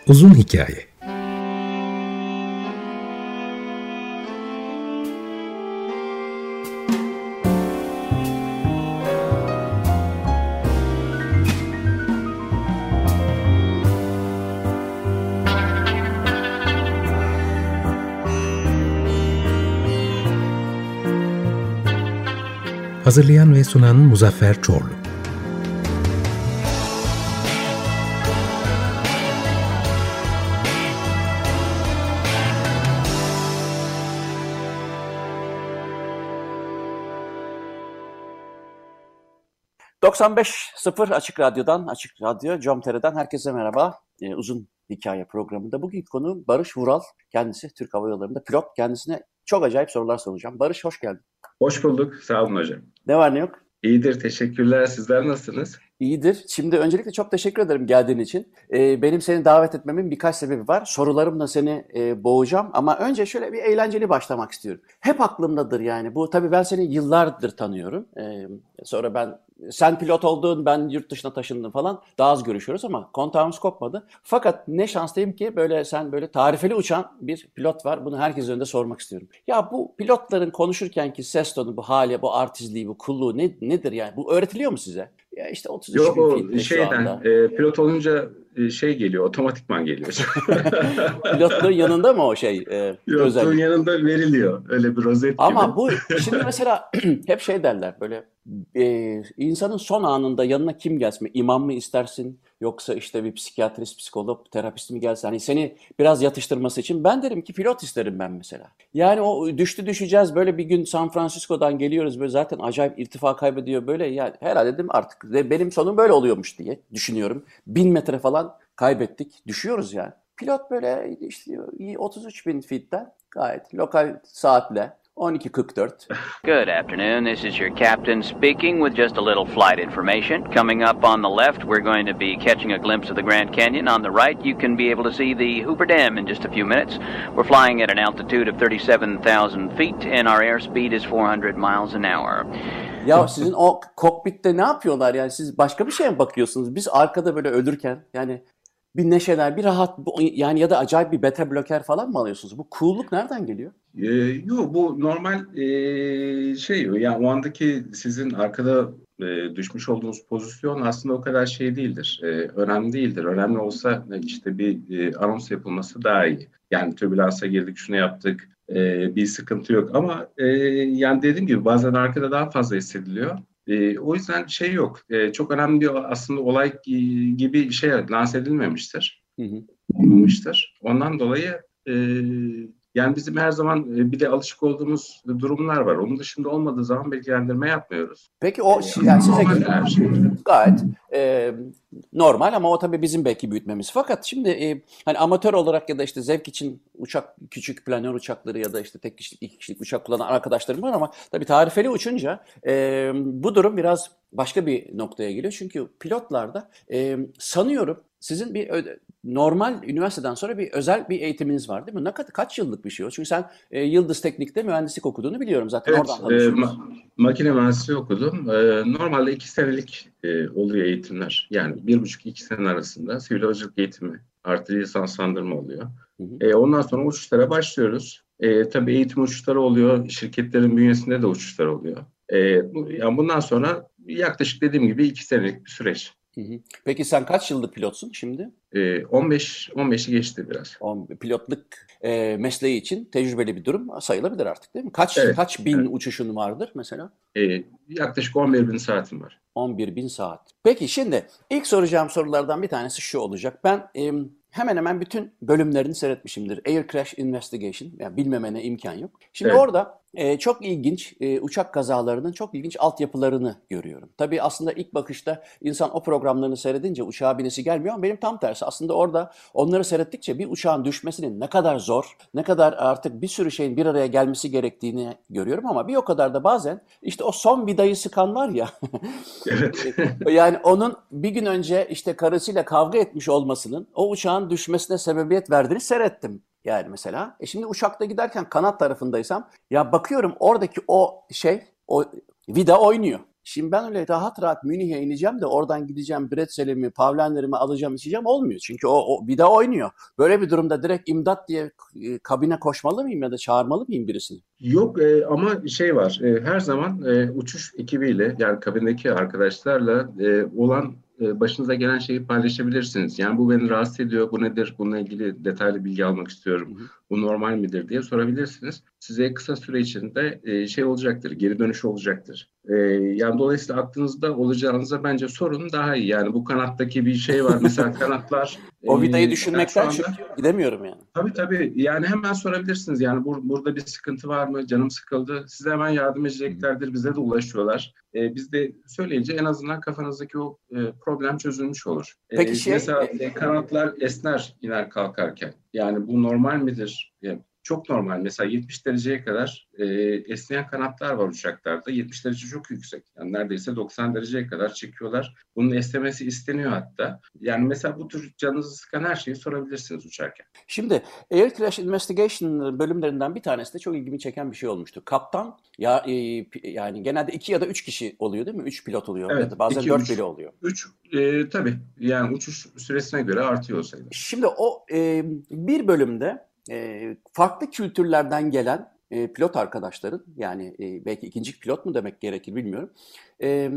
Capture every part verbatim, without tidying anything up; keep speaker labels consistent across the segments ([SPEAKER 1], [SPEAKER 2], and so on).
[SPEAKER 1] Uzun hikaye. Hazırlayan ve sunan Muzaffer Çorlu.
[SPEAKER 2] doksan beş nokta sıfır Açık Radyo'dan, Açık Radyo, Com.tr'den herkese merhaba. Ee, uzun hikaye programında bugünkü konu Barış Vural. Kendisi Türk Hava Yolları'nda pilot. Kendisine çok acayip sorular soracağım. Barış, hoş geldin.
[SPEAKER 3] Hoş bulduk. Sağ olun hocam.
[SPEAKER 2] Ne var ne yok?
[SPEAKER 3] İyidir. Teşekkürler. Sizler nasılsınız?
[SPEAKER 2] İyidir. Şimdi öncelikle çok teşekkür ederim geldiğin için. Ee, benim seni davet etmemin birkaç sebebi var. Sorularımla seni e, boğacağım ama önce şöyle bir eğlenceli başlamak istiyorum. Hep aklımdadır yani. Bu tabii ben seni yıllardır tanıyorum. Ee, sonra ben sen pilot oldun, ben yurt dışına taşındım falan. Daha az görüşüyoruz ama kontağımız kopmadı. Fakat ne şanslıyım ki böyle sen böyle tarifeli uçan bir pilot var. Bunu herkes önünde sormak istiyorum. Ya bu pilotların konuşurkenki ses tonu, bu hali, bu artistliği, bu coolluğu ne, nedir yani? Bu öğretiliyor mu size? Ya işte otuz üç
[SPEAKER 3] Yok
[SPEAKER 2] bin
[SPEAKER 3] o
[SPEAKER 2] fitte şu
[SPEAKER 3] şeyden
[SPEAKER 2] anda.
[SPEAKER 3] e, pilot olunca e, şey geliyor, otomatikman geliyor.
[SPEAKER 2] Pilotluğun yanında mı o şey e,
[SPEAKER 3] Pilotluğun
[SPEAKER 2] özellik?
[SPEAKER 3] yanında veriliyor. Öyle bir rozet gibi.
[SPEAKER 2] Ama bu şimdi mesela hep şey derler böyle e, insanın son anında yanına kim gelsin? İmam mı istersin yoksa işte bir psikiyatrist, psikolog, terapist mi gelsin? Hani seni biraz yatıştırması için ben derim ki pilot isterim ben mesela. Yani o düştü düşeceğiz böyle bir gün San Francisco'dan geliyoruz böyle zaten acayip irtifa kaybediyor böyle yani herhalde dedim artık benim sonum böyle oluyormuş diye düşünüyorum. Bin metre falan kaybettik düşüyoruz yani. Pilot böyle işte otuz üç bin feet'ten gayet lokal saatle on iki kırk dört.
[SPEAKER 4] Good afternoon. This is your captain speaking with just a little flight information. Coming up on the left, we're going to be catching a glimpse of the Grand Canyon. On the right, you can be able to see the Hoover Dam in just a few minutes. We're flying at an altitude of thirty-seven thousand feet and our airspeed is four hundred miles an hour.
[SPEAKER 2] Ya sizin o kokpitte ne yapıyorlar yani siz başka bir şeye mi bakıyorsunuz? Biz arkada böyle ölürken yani bir neşeler, bir rahat yani ya da acayip bir beta bloker falan mı alıyorsunuz? Bu cool'luk nereden geliyor?
[SPEAKER 3] E, yok bu normal e, şey yani o andaki sizin arkada e, düşmüş olduğunuz pozisyon aslında o kadar şey değildir. E, önemli değildir. Önemli olsa işte bir e, anons yapılması daha iyi. Yani türbülansa girdik, şunu yaptık. E, bir sıkıntı yok ama e, yani dediğim gibi bazen arkada daha fazla hissediliyor. E, o yüzden şey yok. E, çok önemli bir aslında olay gibi şey lanse edilmemiştir.
[SPEAKER 2] Hı hı.
[SPEAKER 3] Olmamıştır. Ondan dolayı e, yani bizim her zaman bir de alışık olduğumuz durumlar var. Onun dışında olmadığı zaman bilgilendirme yapmıyoruz.
[SPEAKER 2] Peki o yani size göre
[SPEAKER 3] Her şey.
[SPEAKER 2] gayet e, normal ama o tabii bizim belki büyütmemiz. Fakat şimdi e, hani amatör olarak ya da işte zevk için uçak, küçük planör uçakları ya da işte tek kişilik, iki kişilik uçak kullanan arkadaşlarım var ama tabii tarifeli uçunca e, bu durum biraz başka bir noktaya geliyor. Çünkü pilotlarda e, sanıyorum sizin bir ö- normal üniversiteden sonra bir özel bir eğitiminiz var değil mi? Ne kadar kaç yıllık bir şey o? Çünkü sen e, Yıldız Teknik'te mühendislik okuduğunu biliyorum zaten
[SPEAKER 3] Evet,
[SPEAKER 2] oradan
[SPEAKER 3] e,
[SPEAKER 2] tanışıyoruz.
[SPEAKER 3] ma- makine mühendisliği okudum. E, normalde iki senelik e, oluyor eğitimler. Yani bir buçuk iki sene arasında sivil havacılık eğitimi artı lisanslandırma oluyor.
[SPEAKER 2] Hı hı.
[SPEAKER 3] E, ondan sonra uçuşlara başlıyoruz. E, tabii eğitim uçuşları oluyor. Şirketlerin bünyesinde de uçuşlar oluyor. E, bu, yani bundan sonra yaklaşık dediğim gibi iki senelik bir süreç.
[SPEAKER 2] Hı hı. Peki sen kaç yıllık pilotsun şimdi?
[SPEAKER 3] E, on beş on beşi geçti biraz.
[SPEAKER 2] O pilotluk e, mesleği için tecrübeli bir durum sayılabilir artık değil mi? Kaç
[SPEAKER 3] Evet,
[SPEAKER 2] kaç bin
[SPEAKER 3] evet.
[SPEAKER 2] uçuşun vardır mesela?
[SPEAKER 3] E, yaklaşık on bir bin saatim var.
[SPEAKER 2] on bir bin saat. Peki şimdi ilk soracağım sorulardan bir tanesi şu olacak. Ben e, hemen hemen bütün bölümlerini seyretmişimdir. Air Crash Investigation. Yani bilmemene imkan yok. Şimdi
[SPEAKER 3] Evet.
[SPEAKER 2] orada e, çok ilginç e, uçak kazalarının çok ilginç altyapılarını görüyorum. Tabii aslında ilk bakışta insan o programlarını seyredince uçağa binesi gelmiyor ama benim tam tersi. Aslında orada onları seyrettikçe bir uçağın düşmesinin ne kadar zor, ne kadar artık bir sürü şeyin bir araya gelmesi gerektiğini görüyorum ama bir o kadar da bazen işte o son vidayı sıkan var ya.
[SPEAKER 3] Evet.
[SPEAKER 2] Yani onun bir gün önce işte karısıyla kavga etmiş olmasının o uçağın düşmesine sebebiyet verdiğini seyrettim. Yani mesela. E şimdi uçakta giderken kanat tarafındaysam ya bakıyorum oradaki o şey, o vida oynuyor. şimdi ben öyle rahat rahat Münih'e ineceğim de oradan gideceğim Bretzel'imi, Pavlenlerimi alacağım, içeceğim olmuyor. Çünkü o, o bir de oynuyor. Böyle bir durumda direkt imdat diye e, kabine koşmalı mıyım ya da çağırmalı mıyım birisini?
[SPEAKER 3] Yok e, ama şey var, e, her zaman e, uçuş ekibiyle, yani kabindeki arkadaşlarla e, olan e, başınıza gelen şeyi paylaşabilirsiniz. Yani bu beni rahatsız ediyor, bu nedir, bununla ilgili detaylı bilgi almak istiyorum,
[SPEAKER 2] Hı hı.
[SPEAKER 3] bu normal midir diye sorabilirsiniz. Size kısa süre içinde e, şey olacaktır, geri dönüş olacaktır. E, yani dolayısıyla aklınızda olacağınıza bence sorun daha iyi. Yani bu kanattaki bir şey var, mesela kanatlar.
[SPEAKER 2] O vidayı
[SPEAKER 3] e, yani şu
[SPEAKER 2] düşünmekten
[SPEAKER 3] anda-
[SPEAKER 2] çünkü gidemiyorum yani.
[SPEAKER 3] Tabii tabii. Yani hemen sorabilirsiniz. Yani bur- burada bir sıkıntı var mı? Canım sıkıldı. Size hemen yardım edeceklerdir. Bize de ulaşıyorlar. Ee, biz de söyleyince en azından kafanızdaki o e, problem çözülmüş olur. Ee,
[SPEAKER 2] Peki şey-
[SPEAKER 3] mesela e, kanatlar esner iner kalkarken. Yani bu normal midir? Yani çok normal. Mesela yetmiş dereceye kadar e, esneyen kanatlar var uçaklarda. yetmiş derece çok yüksek. Yani neredeyse doksan dereceye kadar çekiyorlar. Bunun esnemesi isteniyor hatta. Yani mesela bu tür canınızı sıkan her şeyi sorabilirsiniz uçarken.
[SPEAKER 2] Şimdi Air Crash Investigation bölümlerinden bir tanesi de çok ilgimi çeken bir şey olmuştu. Kaptan ya e, pi- yani genelde iki ya da üç kişi oluyor değil mi? Üç pilot oluyor
[SPEAKER 3] Evet,
[SPEAKER 2] ya da bazen
[SPEAKER 3] iki,
[SPEAKER 2] dört
[SPEAKER 3] üç.
[SPEAKER 2] bile oluyor.
[SPEAKER 3] Üç, e, tabii yani uçuş süresine göre artıyor o sayılar.
[SPEAKER 2] Şimdi o e, bir bölümde e, farklı kültürlerden gelen e, pilot arkadaşların, yani e, belki ikinci pilot mu demek gerekir bilmiyorum. E,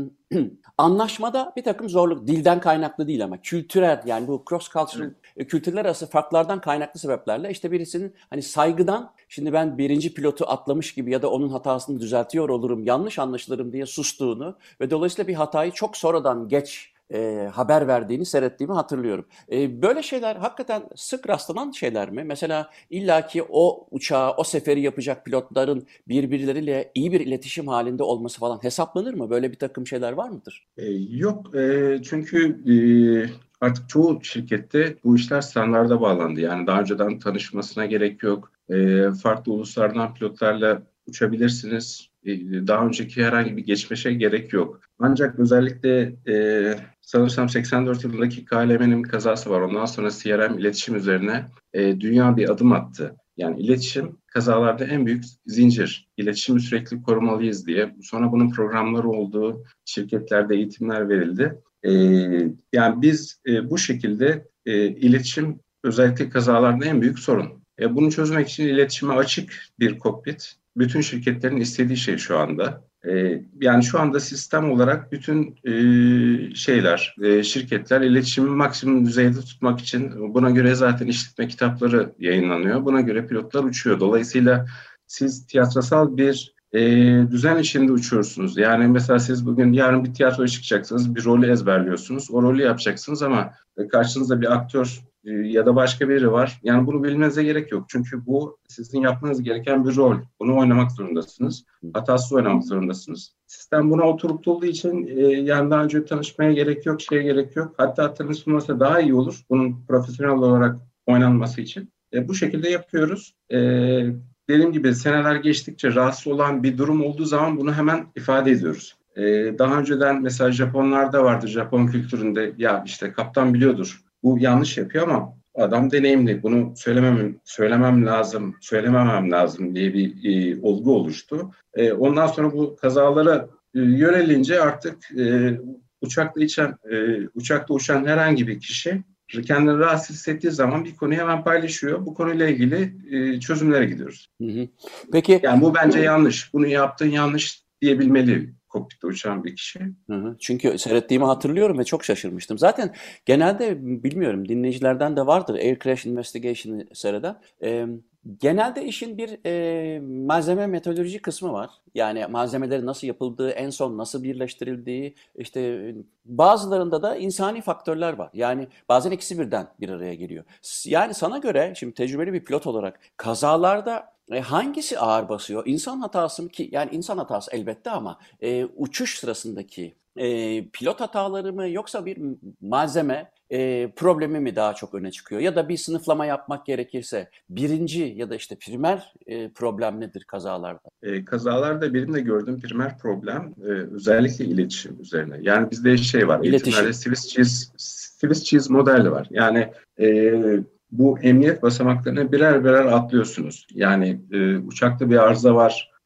[SPEAKER 2] anlaşmada bir takım zorluk, dilden kaynaklı değil ama kültürel, yani bu cross cultural e, kültürler arası farklardan kaynaklı sebeplerle işte birisinin hani saygıdan, şimdi ben birinci pilotu atlamış gibi ya da onun hatasını düzeltiyor olurum, yanlış anlaşılırım diye sustuğunu ve dolayısıyla bir hatayı çok sonradan geç e, haber verdiğini seyrettiğimi hatırlıyorum. E, böyle şeyler hakikaten sık rastlanan şeyler mi? Mesela illaki o uçağı, o seferi yapacak pilotların birbirleriyle iyi bir iletişim halinde olması falan hesaplanır mı? Böyle bir takım şeyler var mıdır?
[SPEAKER 3] E, yok e, çünkü e, artık çoğu şirkette bu işler standarda bağlandı. Yani daha önceden tanışmasına gerek yok. E, farklı uluslardan pilotlarla uçabilirsiniz. E, daha önceki herhangi bir geçmişe gerek yok. Ancak özellikle e, sanırsam seksen dört yılındaki K L M'nin kazası var. Ondan sonra C R M iletişim üzerine e, dünya bir adım attı. Yani iletişim kazalarda en büyük zincir. İletişimi sürekli korumalıyız diye. Sonra bunun programları olduğu şirketlerde eğitimler verildi. Ee, yani biz e, bu şekilde e, iletişim özellikle kazalarda en büyük sorun. E, bunu çözmek için iletişime açık bir kokpit. Bütün şirketlerin istediği şey şu anda. E, yani şu anda sistem olarak bütün e, şeyler, e, şirketler iletişimi maksimum düzeyde tutmak için buna göre zaten işletme kitapları yayınlanıyor. Buna göre pilotlar uçuyor. Dolayısıyla siz tiyatrosal bir e, düzen içinde uçuyorsunuz. Yani mesela siz bugün yarın bir tiyatroya çıkacaksınız, bir rolü ezberliyorsunuz. O rolü yapacaksınız ama karşınızda bir aktör e, ya da başka biri var. Yani bunu bilmenize gerek yok. Çünkü bu sizin yapmanız gereken bir rol. Bunu oynamak zorundasınız. Hatasız oynamak zorundasınız. Sistem buna oturtulduğu için e, yani daha önce tanışmaya gerek yok, şeye gerek yok. Hatta tanışılması daha iyi olur. Bunun profesyonel olarak oynanması için. E, bu şekilde yapıyoruz. E, dediğim gibi seneler geçtikçe rahatsız olan bir durum olduğu zaman bunu hemen ifade ediyoruz. E, daha önceden mesela Japonlarda vardı, Japon kültüründe ya işte kaptan biliyordur. Bu yanlış yapıyor ama adam deneyimli. Bunu söylemem söylemem lazım, söylememem lazım diye bir e, olgu oluştu. E, ondan sonra bu kazalara e, yönelince artık e, uçakta içen, e, uçakta uçan herhangi bir kişi kendini rahatsız hissettiği zaman bir konuyu hemen paylaşıyor. Bu konuyla ilgili e, çözümlere gidiyoruz.
[SPEAKER 2] Hı hı. Peki.
[SPEAKER 3] Yani bu bence yanlış. Bunu yaptığın yanlış diyebilmeli kokpitte uçan bir kişi.
[SPEAKER 2] Hı hı. Çünkü seyrettiğimi hatırlıyorum ve çok şaşırmıştım. Zaten genelde bilmiyorum, dinleyicilerden de vardır Air Crash Investigation'ı seyreden. Ee, genelde işin bir e, malzeme metodoloji kısmı var. Yani malzemelerin nasıl yapıldığı, en son nasıl birleştirildiği, işte bazılarında da insani faktörler var. Yani bazen ikisi birden bir araya geliyor. Yani sana göre, şimdi tecrübeli bir pilot olarak kazalarda E, hangisi ağır basıyor? İnsan hatası mı ki? Yani insan hatası elbette ama e, uçuş sırasındaki e, pilot hataları mı yoksa bir malzeme e, problemi mi daha çok öne çıkıyor? Ya da bir sınıflama yapmak gerekirse birinci ya da işte primer e, problem nedir kazalarda?
[SPEAKER 3] E, kazalarda benim de gördüğüm primer problem e, özellikle iletişim üzerine. Yani bizde şey var, eğitimlerde Swiss cheese, Swiss cheese modeli var. Yani e, bu emniyet basamaklarını birer birer atlıyorsunuz. Yani e, uçakta bir arıza var,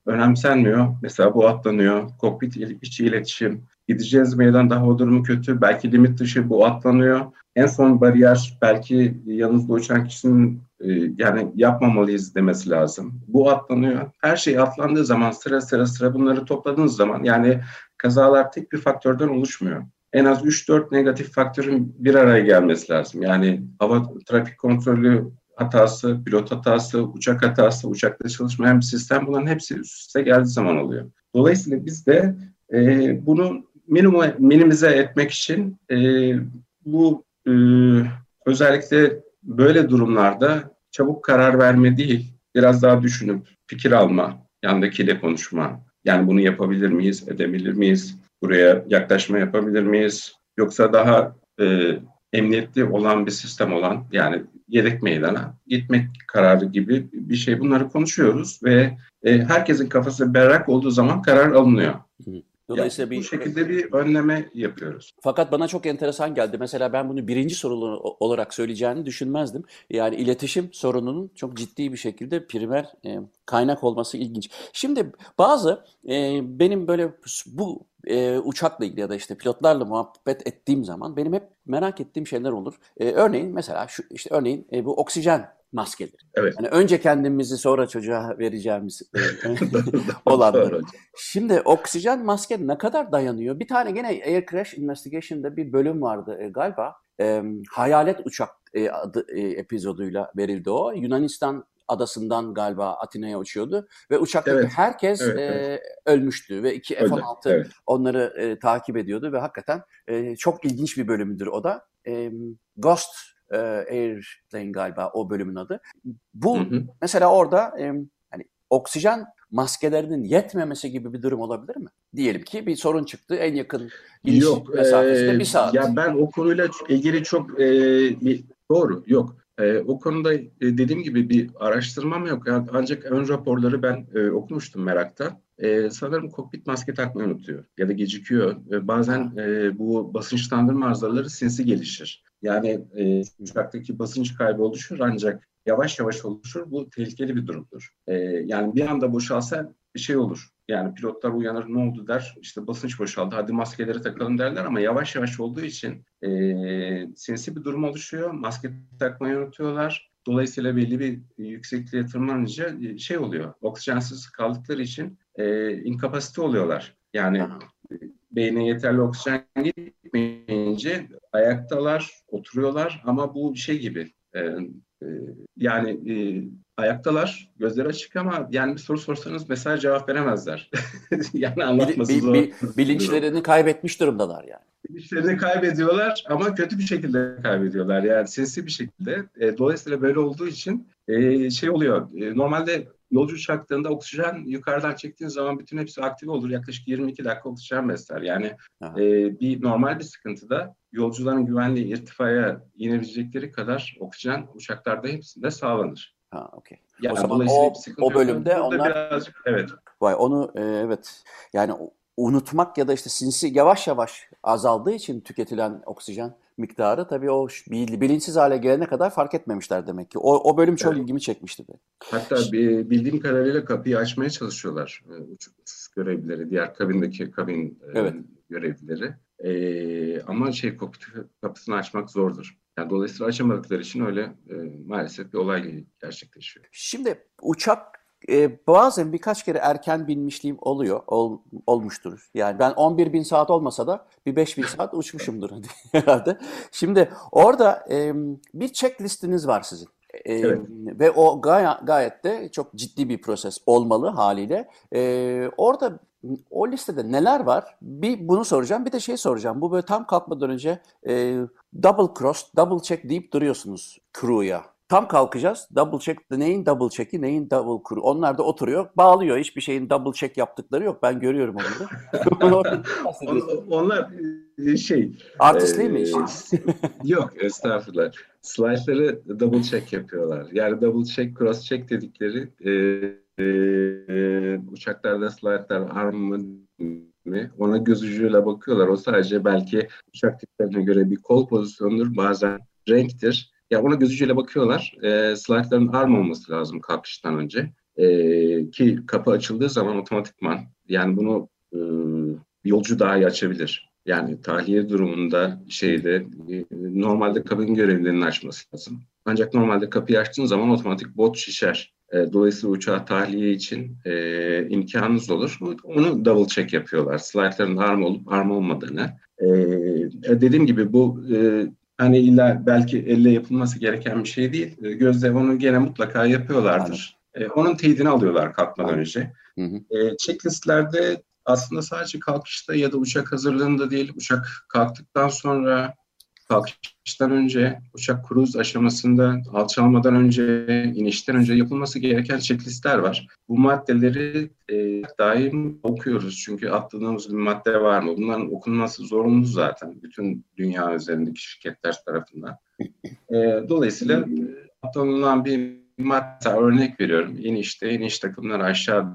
[SPEAKER 3] önemsenmiyor. Mesela bu atlanıyor. Kokpit içi iletişim. Gideceğiz meydan, daha o durumu kötü. Belki limit dışı, bu atlanıyor. En son bariyer belki yanınızda uçan kişinin e, yani yapmamalıyız demesi lazım. Bu atlanıyor. Her şey atlandığı zaman sıra sıra sıra bunları topladığınız zaman yani kazalar tek bir faktörden oluşmuyor. En az üç dört negatif faktörün bir araya gelmesi lazım. Yani hava trafik kontrolü hatası, pilot hatası, uçak hatası, uçakta çalışmayan bir sistem, bunların hepsi üst üste geldiği zaman oluyor. Dolayısıyla biz de e, bunu minimum, minimize etmek için e, bu e, özellikle böyle durumlarda çabuk karar verme değil, biraz daha düşünüp fikir alma, yandakiyle konuşma. Yani bunu yapabilir miyiz, edebilir miyiz? Buraya yaklaşma yapabilir miyiz? Yoksa daha e, emniyetli olan bir sistem olan, yani yedek meydana gitmek kararı gibi bir şey. Bunları konuşuyoruz ve e, herkesin kafası berrak olduğu zaman karar alınıyor. Dolayısıyla yani bu bir, şekilde bir önleme yapıyoruz.
[SPEAKER 2] Fakat bana çok enteresan geldi. Mesela ben bunu birinci sorunu olarak söyleyeceğini düşünmezdim. Yani iletişim sorununun çok ciddi bir şekilde primer e, kaynak olması ilginç. Şimdi bazı e, benim böyle bu e, uçakla ilgili ya da işte pilotlarla muhabbet ettiğim zaman benim hep merak ettiğim şeyler olur. E, örneğin mesela şu işte örneğin e, bu oksijen maskeleri.
[SPEAKER 3] Evet.
[SPEAKER 2] Yani önce kendimizi sonra çocuğa vereceğimiz olanları. Şimdi oksijen maske ne kadar dayanıyor? Bir tane gene Air Crash Investigation'da bir bölüm vardı e, galiba. E, Hayalet Uçak e, adı e, epizoduyla verildi o. Yunanistan adasından galiba Atina'ya uçuyordu ve uçaktaki evet. herkes evet, evet. E, ölmüştü ve iki F on altı evet. onları e, takip ediyordu ve hakikaten e, çok ilginç bir bölümdür o da. E, Ghost Airplane galiba o bölümün adı. Bu hı hı. mesela orada e, hani oksijen maskelerinin yetmemesi gibi bir durum olabilir mi? Diyelim ki bir sorun çıktı, en yakın iniş yok, mesafesinde e, bir saat.
[SPEAKER 3] Ya ben o konuyla ilgili çok e, doğru yok. E, o konuda e, dediğim gibi bir araştırmam yok. Yani ancak ön raporları ben e, okumuştum merakta. E, sanırım kokpit maske takmayı unutuyor ya da gecikiyor. E, bazen e, bu basınçlandırma arızaları sinsi gelişir. Yani e, uçaktaki basınç kaybı oluşur ancak yavaş yavaş oluşur. Bu tehlikeli bir durumdur. E, yani bir anda boşalsa bir şey olur. Yani pilotlar uyanır, ne oldu der, işte basınç boşaldı, hadi maskeleri takalım derler ama yavaş yavaş olduğu için e, sinsi bir durum oluşuyor. Maske takmayı unutuyorlar. Dolayısıyla belli bir yüksekliğe tırmanınca şey oluyor. Oksijensiz kaldıkları için e, inkapasite oluyorlar. Yani e, beyne yeterli oksijen gitmeyince ayaktalar, oturuyorlar ama bu şey gibi e, e, yani e, ayaktalar, gözleri açık ama yani bir soru sorsanız mesela cevap veremezler. Yani anlatması zor.
[SPEAKER 2] Bil, bil, bilinçlerini kaybetmiş durumdalar yani.
[SPEAKER 3] Bilinçlerini kaybediyorlar ama kötü bir şekilde kaybediyorlar. Yani sinsi bir şekilde. E, dolayısıyla böyle olduğu için e, şey oluyor. E, normalde yolcu uçaklığında oksijen yukarıdan çektiğin zaman bütün hepsi aktif olur. Yaklaşık yirmi iki dakika oksijen besler. Yani e, bir normal bir sıkıntıda yolcuların güvenliği irtifaya inebilecekleri kadar oksijen uçaklarda hepsinde sağlanır.
[SPEAKER 2] Ha, okay.
[SPEAKER 3] Yani
[SPEAKER 2] o zaman o, o bölümde
[SPEAKER 3] yok.
[SPEAKER 2] onlar
[SPEAKER 3] birazcık, evet.
[SPEAKER 2] Vay onu e, evet. Yani unutmak ya da işte sinsi yavaş yavaş azaldığı için tüketilen oksijen miktarı tabii o bilinçsiz hale gelene kadar fark etmemişler demek ki. O, o bölüm çok evet. ilgimi çekmişti. De.
[SPEAKER 3] Hatta bildiğim kadarıyla kapıyı açmaya çalışıyorlar uçuş görevlileri, diğer kabindeki kabin evet. görevlileri. Ee, ama şey kokpit kapısını açmak zordur. Yani dolayısıyla açamadıkları için öyle e, maalesef bir olay gerçekleşiyor.
[SPEAKER 2] Şimdi uçak e, bazen birkaç kere erken binmişliğim oluyor, ol, olmuştur. Yani ben on bir bin saat olmasa da bir beş bin saat uçmuşumdur herhalde. Şimdi orada e, bir checklistiniz var sizin. Ee, evet. Ve o gay- gayet de çok ciddi bir proses olmalı haliyle. Ee, orada o listede neler var? Bir bunu soracağım, bir de şey soracağım. Bu böyle tam kalkmadan önce e, double cross, double check deyip duruyorsunuz crew'ya. Tam kalkacağız. Double check, neyin double check'i, neyin double crew. Onlar da oturuyor, bağlıyor. Hiçbir şeyin double check yaptıkları yok. Ben görüyorum onları.
[SPEAKER 3] Onlar şey...
[SPEAKER 2] Artistliği e, mi işin?
[SPEAKER 3] Yok, estağfurullah. Slide'ları double check yapıyorlar. Yani double check, cross check dedikleri e, e, uçaklarda slide'lar arm mı, ona göz ucuyla bakıyorlar. O sadece belki uçak tiplerine göre bir kol pozisyonudur, bazen renktir. Ya ona göz ucuyla bakıyorlar. E, slide'ların arm olması lazım kalkıştan önce. E, ki kapı açıldığı zaman otomatikman yani bunu e, yolcu daha iyi açabilir. Yani tahliye durumunda şeyde e, normalde kabin görevlilerinin açması lazım. Ancak normalde kapıyı açtığın zaman otomatik bot şişer. E, dolayısıyla uçağı tahliye için e, imkanınız olur. Onu double check yapıyorlar. Slaytların arm olup arm olmadığını. E, dediğim gibi bu e, hani illa belki elle yapılması gereken bir şey değil. E, gözle onu gene mutlaka yapıyorlardır. E, onun teyidini alıyorlar kalkmadan
[SPEAKER 2] Anladım.
[SPEAKER 3] önce.
[SPEAKER 2] Hı hı.
[SPEAKER 3] E, checklistlerde aslında sadece kalkışta ya da uçak hazırlığında değil, uçak kalktıktan sonra, kalkıştan önce, uçak cruise aşamasında, alçalmadan önce, inişten önce yapılması gereken checklistler var. Bu maddeleri e, daim okuyoruz. Çünkü atladığımız bir madde var mı? Bunların okunması zorunlu zaten bütün dünya üzerindeki şirketler tarafından. E, dolayısıyla e, atlanılan bir madde, örnek veriyorum. İnişte, iniş takımları aşağı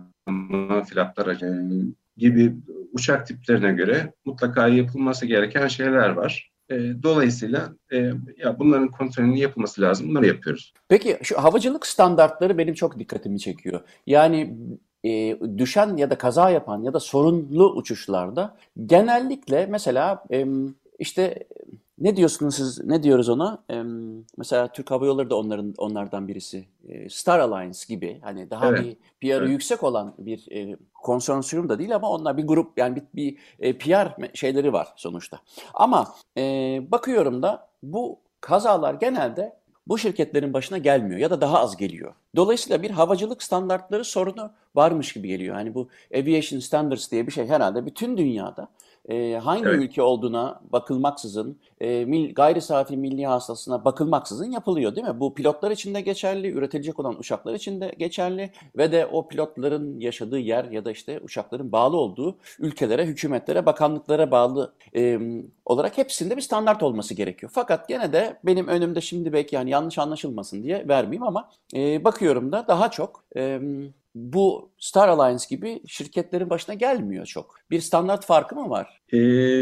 [SPEAKER 3] flaplar e, gibi uçak tiplerine göre mutlaka yapılması gereken şeyler var. E, dolayısıyla e, ya bunların kontrolünün yapılması lazım. Bunları yapıyoruz.
[SPEAKER 2] Peki şu havacılık standartları benim çok dikkatimi çekiyor. Yani e, düşen ya da kaza yapan ya da sorunlu uçuşlarda genellikle mesela em, işte ne diyorsunuz siz, ne diyoruz ona? Em, mesela Türk Hava Yolları da onların onlardan birisi. E, Star Alliance gibi hani daha
[SPEAKER 3] Evet,
[SPEAKER 2] bir P R'ı
[SPEAKER 3] evet.
[SPEAKER 2] yüksek olan bir e, konsorsiyum da değil ama onlar bir grup yani bir, bir e, P R me- şeyleri var sonuçta. Ama e, bakıyorum da bu kazalar genelde bu şirketlerin başına gelmiyor ya da daha az geliyor. Dolayısıyla bir havacılık standartları sorunu varmış gibi geliyor. Hani bu Aviation Standards diye bir şey herhalde bütün dünyada e, hangi
[SPEAKER 3] Evet.
[SPEAKER 2] ülke olduğuna bakılmaksızın, e, mil, gayri safi milli hasılasına bakılmaksızın yapılıyor değil mi? Bu pilotlar için de geçerli, üretilecek olan uçaklar için de geçerli ve de o pilotların yaşadığı yer ya da işte uçakların bağlı olduğu ülkelere, hükümetlere, bakanlıklara bağlı e, olarak hepsinde bir standart olması gerekiyor. Fakat gene de benim önümde şimdi belki yani yanlış anlaşılmasın diye vermeyeyim ama e, bakıyorum da daha çok e, bu Star Alliance gibi şirketlerin başına gelmiyor çok. Bir standart farkı mı var?
[SPEAKER 3] E,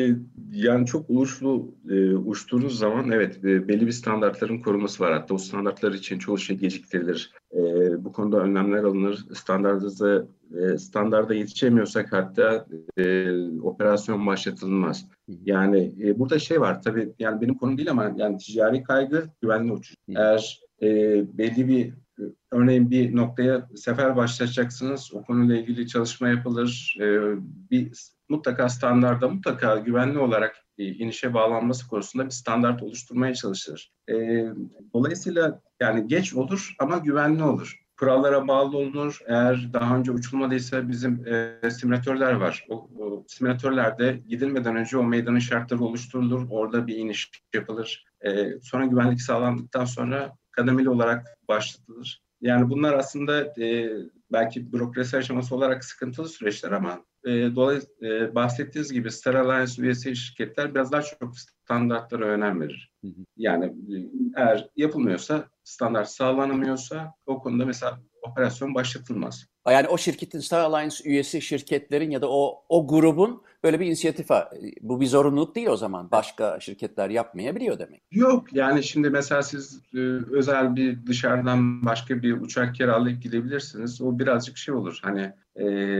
[SPEAKER 3] yani çok uluslu e, uçtuğunuz zaman evet e, belli bir standartların korunması var. Hatta o standartlar için çoğu şey geciktirilir. E, bu konuda önlemler alınır. Standarda, e, standarda yetişemiyorsak hatta e, operasyon başlatılmaz.
[SPEAKER 2] Hı hı,
[SPEAKER 3] Yani e, burada şey var tabii yani benim konum değil ama yani ticari kaygı güvenli uçuş.
[SPEAKER 2] hı hı,
[SPEAKER 3] Eğer e, belli bir örneğin bir noktaya sefer başlatacaksınız. O konuyla ilgili çalışma yapılır. E, bir mutlaka standarda mutlaka güvenli olarak e, inişe bağlanması konusunda bir standart oluşturmaya çalışılır. E, dolayısıyla yani geç olur ama güvenli olur. Kurallara bağlı olunur. Eğer daha önce uçulmadıysa bizim e, simülatörler var. O, o simülatörlerde gidilmeden önce o meydanın şartları oluşturulur. Orada bir iniş yapılır. E, sonra güvenlik sağlandıktan sonra kademeli olarak başlatılır. Yani bunlar aslında e, belki bürokrasi aşaması olarak sıkıntılı süreçler ama e, dolayısıyla e, bahsettiğiniz gibi Star Alliance üyesi şirketler biraz daha çok standartlara önem verir.
[SPEAKER 2] hı hı.
[SPEAKER 3] Yani e, eğer yapılmıyorsa, standart sağlanamıyorsa o konuda mesela operasyon başlatılmaz.
[SPEAKER 2] Yani o şirketin Star Alliance üyesi şirketlerin ya da o o grubun böyle bir inisiyatifi var. Bu bir zorunluluk değil o zaman. Başka şirketler yapmayabiliyor demek.
[SPEAKER 3] Yok yani şimdi mesela siz e, özel bir dışarıdan başka bir uçak kiralayıp gidebilirsiniz. O birazcık şey olur hani e,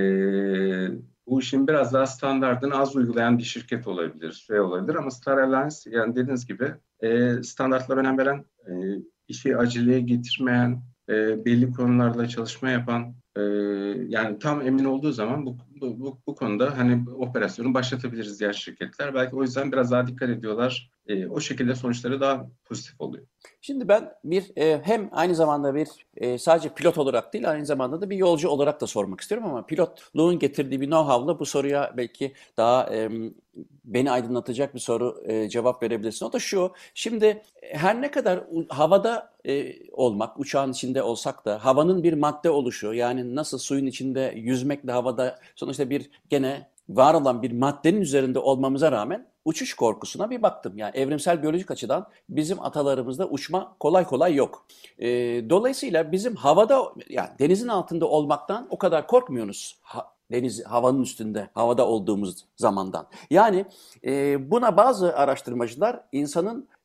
[SPEAKER 3] bu işin biraz daha standardını az uygulayan bir şirket olabilir, şey olabilir ama Star Alliance yani dediğiniz gibi e, standartlara önem veren, e, işi aceleye getirmeyen, e, belli konularda çalışma yapan, e, yani tam emin olduğu zaman bu, bu, bu, bu konuda hani operasyonu başlatabiliriz diğer şirketler. Belki o yüzden biraz daha dikkat ediyorlar. E, o şekilde sonuçları daha pozitif oluyor.
[SPEAKER 2] Şimdi ben bir e, hem aynı zamanda bir e, sadece pilot olarak değil aynı zamanda da bir yolcu olarak da sormak istiyorum ama pilotluğun getirdiği bir know-how'la bu soruya belki daha e, beni aydınlatacak bir soru e, cevap verebilirsin. O da şu. Şimdi her ne kadar u- havada e, olmak, uçağın içinde olsak da havanın bir madde oluşu yani nasıl suyun içinde yüzmekle havada sonuçta bir gene var olan bir maddenin üzerinde olmamıza rağmen uçuş korkusuna bir baktım. Yani evrimsel biyolojik açıdan bizim atalarımızda uçma kolay kolay yok. E, dolayısıyla bizim havada yani denizin altında olmaktan o kadar korkmuyoruz. Ha- deniz havanın üstünde, havada olduğumuz zamandan. Yani e, buna bazı araştırmacılar insanın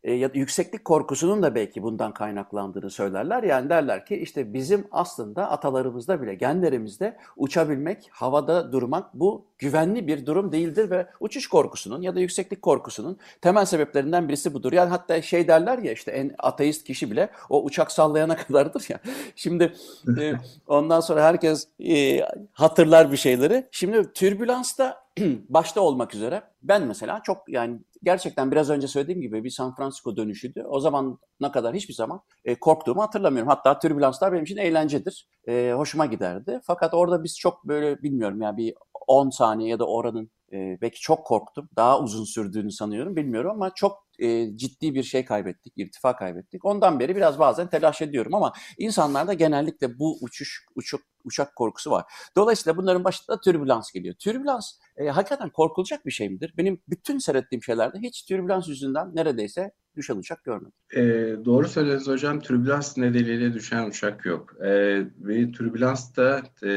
[SPEAKER 2] e, ya da yükseklik korkusunun da belki bundan kaynaklandığını söylerler. Yani derler ki işte bizim aslında atalarımızda bile genlerimizde uçabilmek, havada durmak bu güvenli bir durum değildir ve uçuş korkusunun ya da yükseklik korkusunun temel sebeplerinden birisi budur. Yani hatta şey derler ya işte en ateist kişi bile o uçak sallayana kadardır ya. Şimdi e, ondan sonra herkes e, hatırlar bir şeyleri. Şimdi türbülansta başta olmak üzere ben mesela çok yani gerçekten biraz önce söylediğim gibi bir San Francisco dönüşüydü. O zamana kadar hiçbir zaman e, korktuğumu hatırlamıyorum. Hatta türbülanslar benim için eğlencedir. E, hoşuma giderdi. Fakat orada biz çok böyle bilmiyorum ya bir on saniye ya da oranın e, belki çok korktum. Daha uzun sürdüğünü sanıyorum bilmiyorum ama çok e, ciddi bir şey kaybettik, irtifa kaybettik. Ondan beri biraz bazen telaş ediyorum ama insanlarda genellikle bu uçuş, uçak, uçak korkusu var. Dolayısıyla bunların başında türbülans geliyor. Türbülans e, hakikaten korkulacak bir şey midir? Benim bütün seyrettiğim şeylerde hiç türbülans yüzünden neredeyse düşen uçak görmedim.
[SPEAKER 3] E, doğru söylediniz hocam. Türbülans nedeniyle düşen uçak yok. E, ve türbülans da e,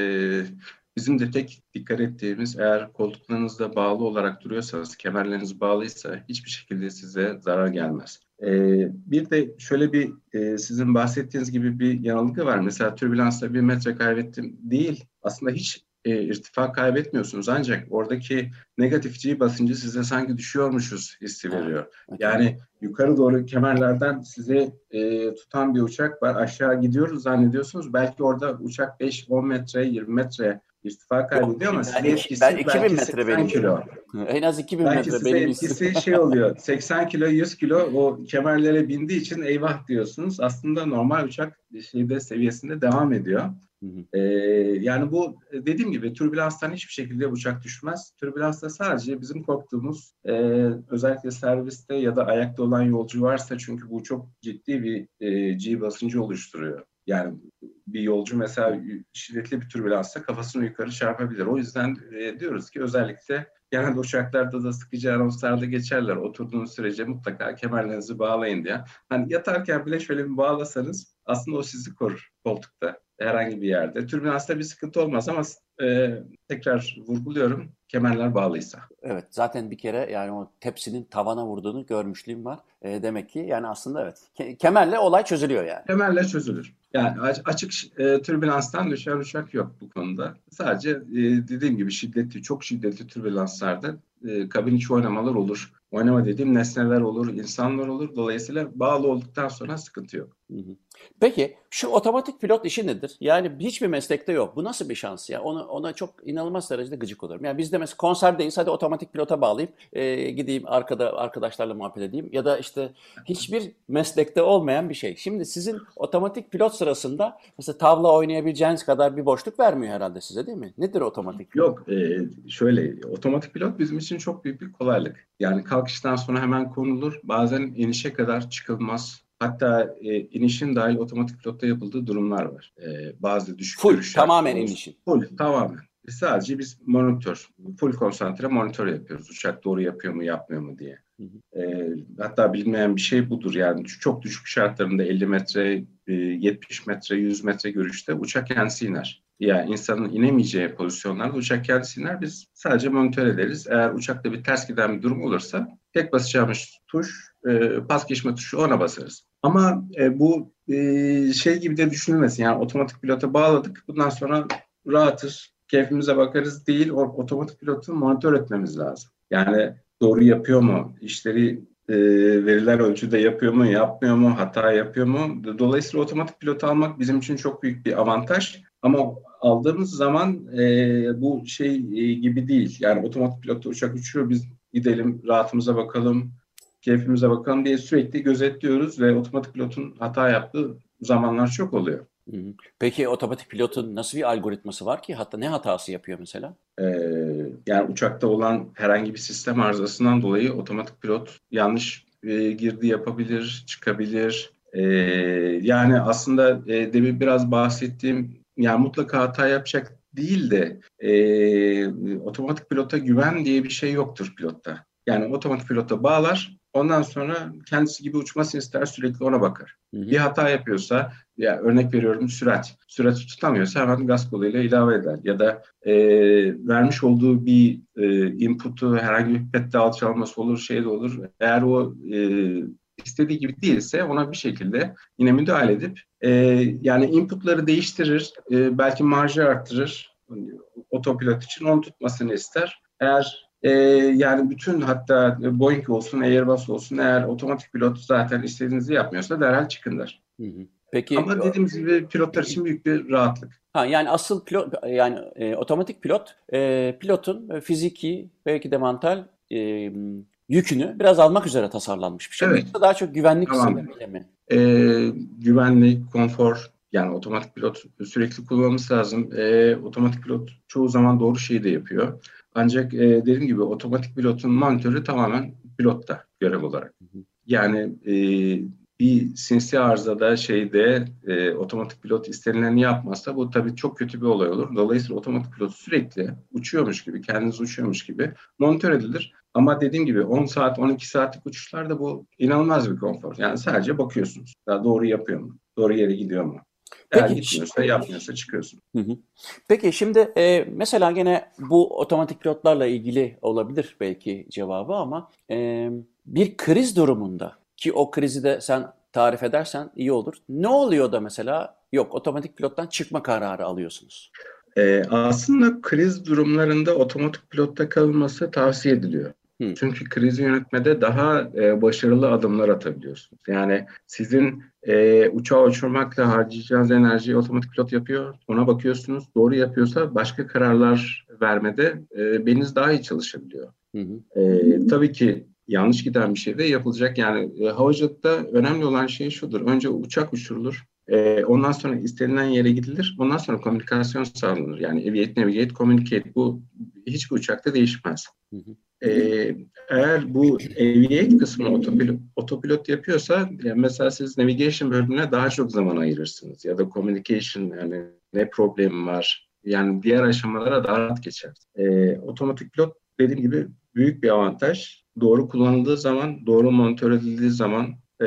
[SPEAKER 3] bizim de tek dikkat ettiğimiz eğer koltuklarınızda bağlı olarak duruyorsanız, kemerleriniz bağlıysa hiçbir şekilde size zarar gelmez. E, bir de şöyle bir e, sizin bahsettiğiniz gibi bir yanılgı var. Mesela türbülansta bir metre kaybettim değil. Aslında hiç e, irtifa kaybetmiyorsunuz ancak oradaki negatif G basıncı size sanki düşüyormuşuz hissi veriyor.
[SPEAKER 2] Evet.
[SPEAKER 3] Yani yukarı doğru kemerlerden sizi e, tutan bir uçak var. Aşağı gidiyoruz zannediyorsunuz. Belki orada uçak beş on metre, yirmi metre irtifa kaybediyor ama size etkisi
[SPEAKER 2] ben iki bin
[SPEAKER 3] belki
[SPEAKER 2] metre
[SPEAKER 3] seksen
[SPEAKER 2] benim.
[SPEAKER 3] kilo.
[SPEAKER 2] En az iki bin
[SPEAKER 3] Belki
[SPEAKER 2] metre
[SPEAKER 3] size
[SPEAKER 2] benim
[SPEAKER 3] etkisi şey oluyor. seksen kilo, yüz kilo o kemerlere bindiği için eyvah diyorsunuz. Aslında normal uçak şeyde seviyesinde devam ediyor.
[SPEAKER 2] Hı hı.
[SPEAKER 3] Ee, yani bu dediğim gibi türbülanstan hiçbir şekilde uçak düşmez. Türbülansta sadece bizim korktuğumuz e, özellikle serviste ya da ayakta olan yolcu varsa çünkü bu çok ciddi bir e, G basıncı oluşturuyor. Yani bir yolcu mesela şiddetli bir türbülansta kafasını yukarı çarpabilir. O yüzden e, diyoruz ki özellikle genelde uçaklarda da sıkıcı anonslarda geçerler. Oturduğunuz sürece mutlaka kemerlerinizi bağlayın diye. Hani yatarken bile şöyle bir bağlasanız aslında o sizi korur koltukta herhangi bir yerde. Türbülansta bir sıkıntı olmaz ama e, tekrar vurguluyorum kemerler bağlıysa.
[SPEAKER 2] Evet, zaten bir kere yani o tepsinin tavana vurduğunu görmüşlüğüm var. E, demek ki yani aslında evet. Ke- kemerle olay çözülüyor yani.
[SPEAKER 3] Kemerle çözülür. Yani açık e, türbülanstan düşen uçak yok bu konuda. Sadece e, dediğim gibi şiddetli, çok şiddetli türbülanslarda e, kabin içi oynamalar olur. Oynama dediğim nesneler olur, insanlar olur. Dolayısıyla bağlı olduktan sonra sıkıntı yok.
[SPEAKER 2] Hı hı. Peki şu otomatik pilot işi nedir? Yani hiçbir meslekte yok. Bu nasıl bir şans ya? Ona, ona çok inanılmaz derecede gıcık olurum. Yani biz de mesela konserdeyiz. Hadi otomatik pilota bağlayayım. e, gideyim arkada arkadaşlarla muhabbet edeyim. Ya da işte hiçbir meslekte olmayan bir şey. Şimdi sizin otomatik pilot sırasında mesela tavla oynayabileceğiniz kadar bir boşluk vermiyor herhalde size değil mi? Nedir otomatik pilot?
[SPEAKER 3] Yok, e, şöyle otomatik pilot bizim için çok büyük bir kolaylık. Yani kalkıştan sonra hemen konulur. Bazen inişe kadar çıkılmaz. Hatta e, inişin dahil otomatik pilotta yapıldığı durumlar var. E, bazı düşük
[SPEAKER 2] Full,
[SPEAKER 3] görüş
[SPEAKER 2] tamamen
[SPEAKER 3] şartları
[SPEAKER 2] inişin.
[SPEAKER 3] Full, tamamen. Sadece biz monitör, full konsantre monitör yapıyoruz. Uçak doğru yapıyor mu, yapmıyor mu diye.
[SPEAKER 2] Hı hı.
[SPEAKER 3] E, hatta bilinmeyen bir şey budur. Yani çok düşük şartlarında elli metre, e, yetmiş metre, yüz metre görüşte uçak kendisi iner. Yani insanın inemeyeceği pozisyonlarda uçak kendisi iner. Biz sadece monitör ederiz. Eğer uçakta bir ters giden bir durum olursa tek basacağımız tuş e, pas geçme tuşu, ona basarız. Ama e, bu e, şey gibi de düşünülmesin. Yani otomatik pilota bağladık. Bundan sonra rahatız, keyfimize bakarız değil. O otomatik pilotu monitör etmemiz lazım. Yani doğru yapıyor mu? İşleri e, veriler ölçüde yapıyor mu? Yapmıyor mu? Hata yapıyor mu? Dolayısıyla otomatik pilot almak bizim için çok büyük bir avantaj. Ama aldığımız zaman e, bu şey e, gibi değil. Yani otomatik pilotta uçak uçuyor, biz gidelim, rahatımıza bakalım, keyfimize bakalım diye sürekli gözetliyoruz ve otomatik pilotun hata yaptığı zamanlar çok oluyor.
[SPEAKER 2] Hı hı. Peki otomatik pilotun nasıl bir algoritması var ki? Hatta ne hatası yapıyor mesela?
[SPEAKER 3] Ee, yani uçakta olan herhangi bir sistem arızasından dolayı otomatik pilot yanlış e, girdi yapabilir, çıkabilir. Ee, yani aslında e, demin biraz bahsettiğim, yani mutlaka hata yapacak değil de e, otomatik pilota güven diye bir şey yoktur pilotta. Yani otomatik pilota bağlar, ondan sonra kendisi gibi uçmasını ister, sürekli ona bakar.
[SPEAKER 2] Hı hı.
[SPEAKER 3] Bir hata yapıyorsa, ya örnek veriyorum sürat, sürati tutamıyorsa hemen gaz koluyla ilave eder. Ya da e, vermiş olduğu bir e, input'u herhangi bir pette alçalması olur, şey de olur. Eğer o e, istediği gibi değilse ona bir şekilde yine müdahale edip e, yani inputları değiştirir, e, belki marjı arttırır otopilot için, onu tutmasını ister. Eğer e, yani bütün hatta Boeing olsun, Airbus olsun, eğer otomatik pilot zaten istediğinizi yapmıyorsa derhal çıkın der.
[SPEAKER 2] Hı hı. Peki
[SPEAKER 3] Ama dediğimiz gibi pilotlar için büyük bir rahatlık.
[SPEAKER 2] ha, yani asıl pilot, yani e, otomatik pilot e, pilotun e, fiziki belki de mental e, yükünü biraz almak üzere tasarlanmış bir şey.
[SPEAKER 3] Evet.
[SPEAKER 2] Yoksa daha çok güvenlik
[SPEAKER 3] Tamam.
[SPEAKER 2] sebebiyle mi?
[SPEAKER 3] E, güvenlik, konfor, yani otomatik pilot sürekli kullanılması lazım. E, otomatik pilot çoğu zaman doğru şeyi de yapıyor. Ancak e, dediğim gibi otomatik pilotun monitörü tamamen pilotta görev olarak.
[SPEAKER 2] Hı hı.
[SPEAKER 3] Yani e, bir sinsi arızada şeyde e, otomatik pilot istenileni yapmazsa bu tabii çok kötü bir olay olur. Dolayısıyla otomatik pilot sürekli uçuyormuş gibi, kendiniz uçuyormuş gibi monitör edilir. Ama dediğim gibi on saat, on iki saatlik uçuşlarda bu inanılmaz bir konfor. Yani sadece bakıyorsunuz. Daha doğru yapıyor mu? Doğru yere gidiyor mu? Eğer
[SPEAKER 2] Peki,
[SPEAKER 3] gitmiyorsa, yapmıyorsa çıkıyorsun.
[SPEAKER 2] Hı hı. Peki şimdi e, mesela gene bu otomatik pilotlarla ilgili olabilir belki cevabı ama e, bir kriz durumunda ki o krizi de sen tarif edersen iyi olur. Ne oluyor da mesela yok otomatik pilottan çıkma kararı alıyorsunuz?
[SPEAKER 3] Ee, aslında kriz durumlarında otomatik pilotta kalınması tavsiye ediliyor.
[SPEAKER 2] Hı.
[SPEAKER 3] Çünkü krizi yönetmede daha e, başarılı adımlar atabiliyorsunuz. Yani sizin e, uçağı uçurmakla harcayacağınız enerjiyi otomatik pilot yapıyor. Ona bakıyorsunuz. Doğru yapıyorsa başka kararlar vermede e, beyniniz daha iyi çalışabiliyor.
[SPEAKER 2] Hı hı.
[SPEAKER 3] E, tabii ki yanlış giden bir şey de yapılacak. Yani e, havacılıkta önemli olan şey şudur. Önce uçak uçurulur. E, ondan sonra istenilen yere gidilir. Ondan sonra komünikasyon sağlanır. Yani aviate, navigate, communicate. Bu hiçbir uçakta değişmez.
[SPEAKER 2] Hı hı.
[SPEAKER 3] Ee, eğer bu aviate kısmını otopilot, otopilot yapıyorsa yani mesela siz navigation bölümüne daha çok zaman ayırırsınız ya da communication, yani ne problemi var, yani diğer aşamalara daha rahat geçer. Ee, otomatik pilot dediğim gibi büyük bir avantaj. Doğru kullanıldığı zaman, doğru monitör edildiği zaman ee,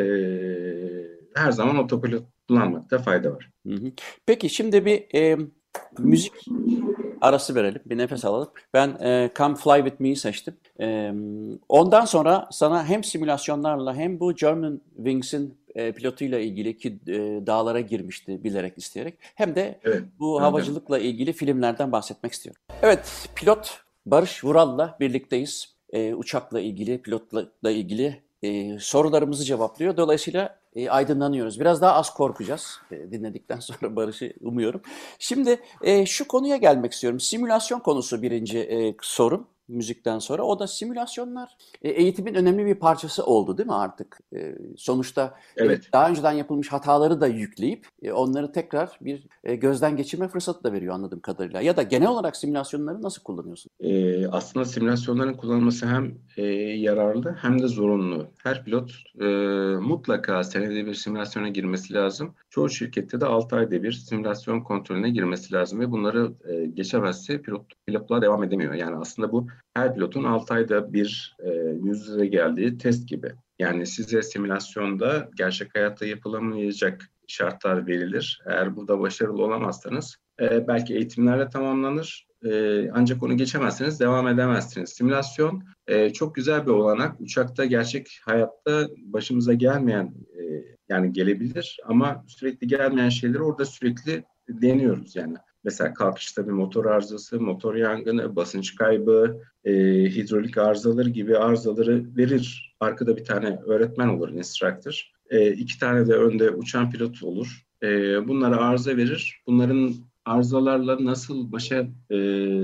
[SPEAKER 3] her zaman otopilot kullanmakta fayda var.
[SPEAKER 2] Hı hı. Peki şimdi bir e, müzik arası verelim, bir nefes alalım. Ben e, Come Fly With Me'yi seçtim. E, ondan sonra sana hem simülasyonlarla hem bu German Wings'in e, pilotuyla ilgili ki e, dağlara girmişti bilerek isteyerek hem de
[SPEAKER 3] Evet.
[SPEAKER 2] bu
[SPEAKER 3] Evet.
[SPEAKER 2] havacılıkla ilgili filmlerden bahsetmek istiyorum. Evet, pilot Barış Vural'la birlikteyiz. E, uçakla ilgili, pilotla ilgili e, sorularımızı cevaplıyor. Dolayısıyla e, aydınlanıyoruz. Biraz daha az korkacağız e, dinledikten sonra Barış'ı umuyorum. Şimdi e, şu konuya gelmek istiyorum. Simülasyon konusu birinci e, sorum müzikten sonra. O da simülasyonlar e, eğitimin önemli bir parçası oldu değil mi artık? E, sonuçta e,
[SPEAKER 3] Evet.
[SPEAKER 2] daha önceden yapılmış hataları da yükleyip e, onları tekrar bir e, gözden geçirme fırsatı da veriyor anladığım kadarıyla. Ya da genel olarak simülasyonları nasıl kullanıyorsun?
[SPEAKER 3] Ee, aslında simülasyonların kullanılması hem e, yararlı hem de zorunlu. Her pilot e, mutlaka senede bir simülasyona girmesi lazım. Çoğu şirkette de altı ayda bir simülasyon kontrolüne girmesi lazım ve bunları e, geçemezse pilot, pilotluğa devam edemiyor. Yani aslında bu her pilotun altı ayda bir e, yüz yüze geldiği test gibi. Yani size simülasyonda gerçek hayatta yapılamayacak şartlar verilir. Eğer burada başarılı olamazsanız e, belki eğitimlerle tamamlanır. Ee, ancak onu geçemezseniz devam edemezsiniz. Simülasyon e, çok güzel bir olanak. Uçakta gerçek hayatta başımıza gelmeyen e, yani gelebilir ama sürekli gelmeyen şeyleri orada sürekli deniyoruz yani. Mesela kalkışta bir motor arızası, motor yangını, basınç kaybı, e, hidrolik arızaları gibi arızaları verir. Arkada bir tane öğretmen olur, instructor. E, iki tane de önde uçan pilot olur. E, bunlara arıza verir. Bunların arızalarla nasıl başa e,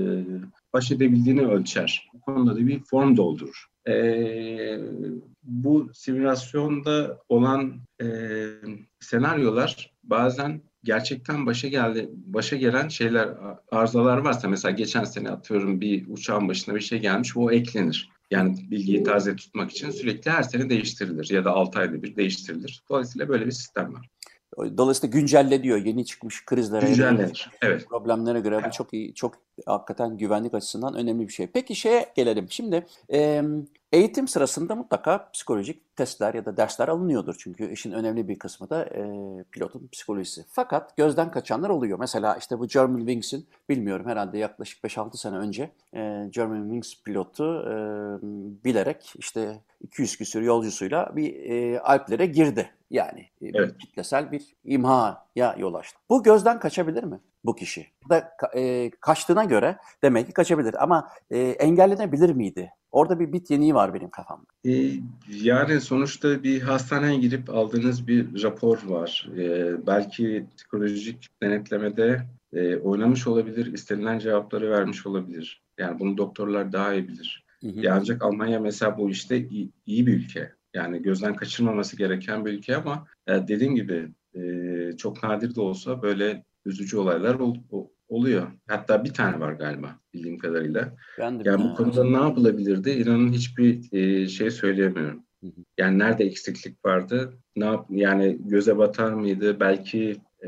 [SPEAKER 3] baş edebildiğini ölçer. Bu konuda da bir form doldurur. E, bu simülasyonda olan e, senaryolar bazen gerçekten başa geldi, başa gelen şeyler, arızalar varsa mesela geçen sene atıyorum bir uçağın başına bir şey gelmiş, o eklenir. Yani bilgiyi taze tutmak için sürekli her sene değiştirilir ya da altı ayda bir değiştirilir. Dolayısıyla böyle bir sistem var.
[SPEAKER 2] Dolayısıyla güncelleniyor yeni çıkmış krizlere ya da
[SPEAKER 3] Güncellenir. Evet.
[SPEAKER 2] problemlere göre bu çok iyi, çok hakikaten güvenlik açısından önemli bir şey. Peki şeye gelelim. Şimdi e, Eğitim sırasında mutlaka psikolojik testler ya da dersler alınıyordur. Çünkü işin önemli bir kısmı da e, pilotun psikolojisi. Fakat gözden kaçanlar oluyor. Mesela işte bu Germanwings bilmiyorum herhalde yaklaşık beş altı sene önce e, Germanwings pilotu e, bilerek işte iki yüz küsur yolcusuyla bir e, Alplere girdi. Yani e,
[SPEAKER 3] Evet.
[SPEAKER 2] kitlesel bir imhaya yol açtı. Bu gözden kaçabilir mi bu kişi? Da e, kaçtığına göre demek ki kaçabilir ama e, engellenebilir miydi? Orada bir bit yeniği var benim kafamda.
[SPEAKER 3] Ee, yani sonuçta bir hastaneye girip aldığınız bir rapor var. Ee, belki psikolojik denetlemede e, oynamış olabilir, istenilen cevapları vermiş olabilir. Yani bunu doktorlar daha iyi bilir.
[SPEAKER 2] Hı hı.
[SPEAKER 3] Ya ancak Almanya mesela bu işte iyi, iyi bir ülke. Yani gözden kaçırmaması gereken bir ülke ama e, dediğim gibi e, çok nadir de olsa böyle üzücü olaylar ol, o- oluyor. Hatta bir tane var galiba bildiğim kadarıyla.
[SPEAKER 2] Ben de bir
[SPEAKER 3] Yani bu
[SPEAKER 2] tane.
[SPEAKER 3] konuda ne yapılabilirdi? İnanın hiçbir e, şey söyleyemiyorum.
[SPEAKER 2] Hı hı.
[SPEAKER 3] Yani nerede eksiklik vardı? Ne yap yani göze batar mıydı? Belki e,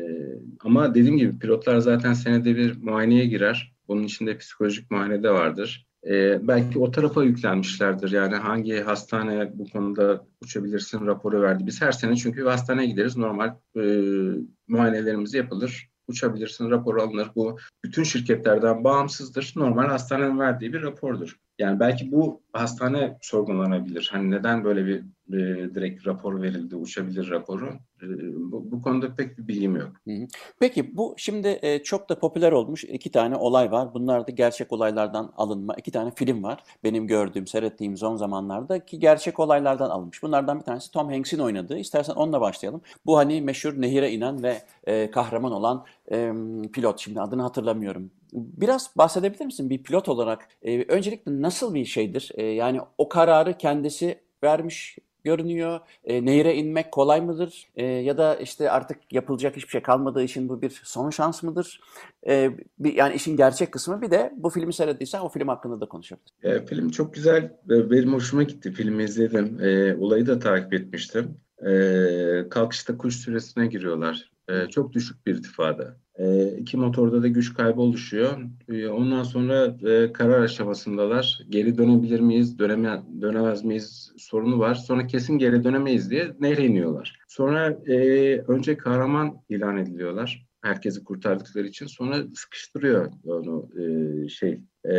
[SPEAKER 3] ama dediğim gibi pilotlar zaten senede bir muayeneye girer. Bunun içinde psikolojik muayene de vardır. E, belki o tarafa yüklenmişlerdir. Yani hangi hastane bu konuda uçabilirsin raporu verdi. Biz her sene çünkü bir hastaneye gideriz. Normal e, muayenelerimiz yapılır. Uçabilirsin raporu alınır. Bu bütün şirketlerden bağımsızdır. Normal hastanenin verdiği bir rapordur. Yani belki bu hastane sorgulanabilir. Hani neden böyle bir e, direkt rapor verildi, uçabilir raporu? E, bu, bu konuda pek bir bilgim yok.
[SPEAKER 2] Hı hı. Peki bu şimdi e, çok da popüler olmuş iki tane olay var. Bunlar da gerçek olaylardan alınma. İki tane film var. Benim gördüğüm, seyrettiğim son zamanlarda ki gerçek olaylardan alınmış. Bunlardan bir tanesi Tom Hanks'in oynadığı. İstersen onunla başlayalım. Bu hani meşhur nehire inen ve e, kahraman olan e, pilot. Şimdi adını hatırlamıyorum. Biraz bahsedebilir misin bir pilot olarak? E, öncelikle nasıl bir şeydir? E, yani o kararı kendisi vermiş görünüyor. E, nehire inmek kolay mıdır? E, ya da işte artık yapılacak hiçbir şey kalmadığı için bu bir son şans mıdır? E, bir, yani işin gerçek kısmı bir de bu filmi seyrettiysen o film hakkında da konuşabiliriz.
[SPEAKER 3] E, film çok güzel. E, benim hoşuma gitti. Filmi izledim. E, olayı da takip etmiştim. E, kalkışta kuş süresine giriyorlar. E, çok düşük bir irtifada. E, iki motorda da güç kaybı oluşuyor. E, ondan sonra e, karar aşamasındalar. Geri dönebilir miyiz, döneme, dönemez miyiz sorunu var. Sonra kesin geri dönemeyiz diye nehre iniyorlar. Sonra e, önce kahraman ilan ediliyorlar. Herkesi kurtardıkları için. Sonra sıkıştırıyor onu e, şey e,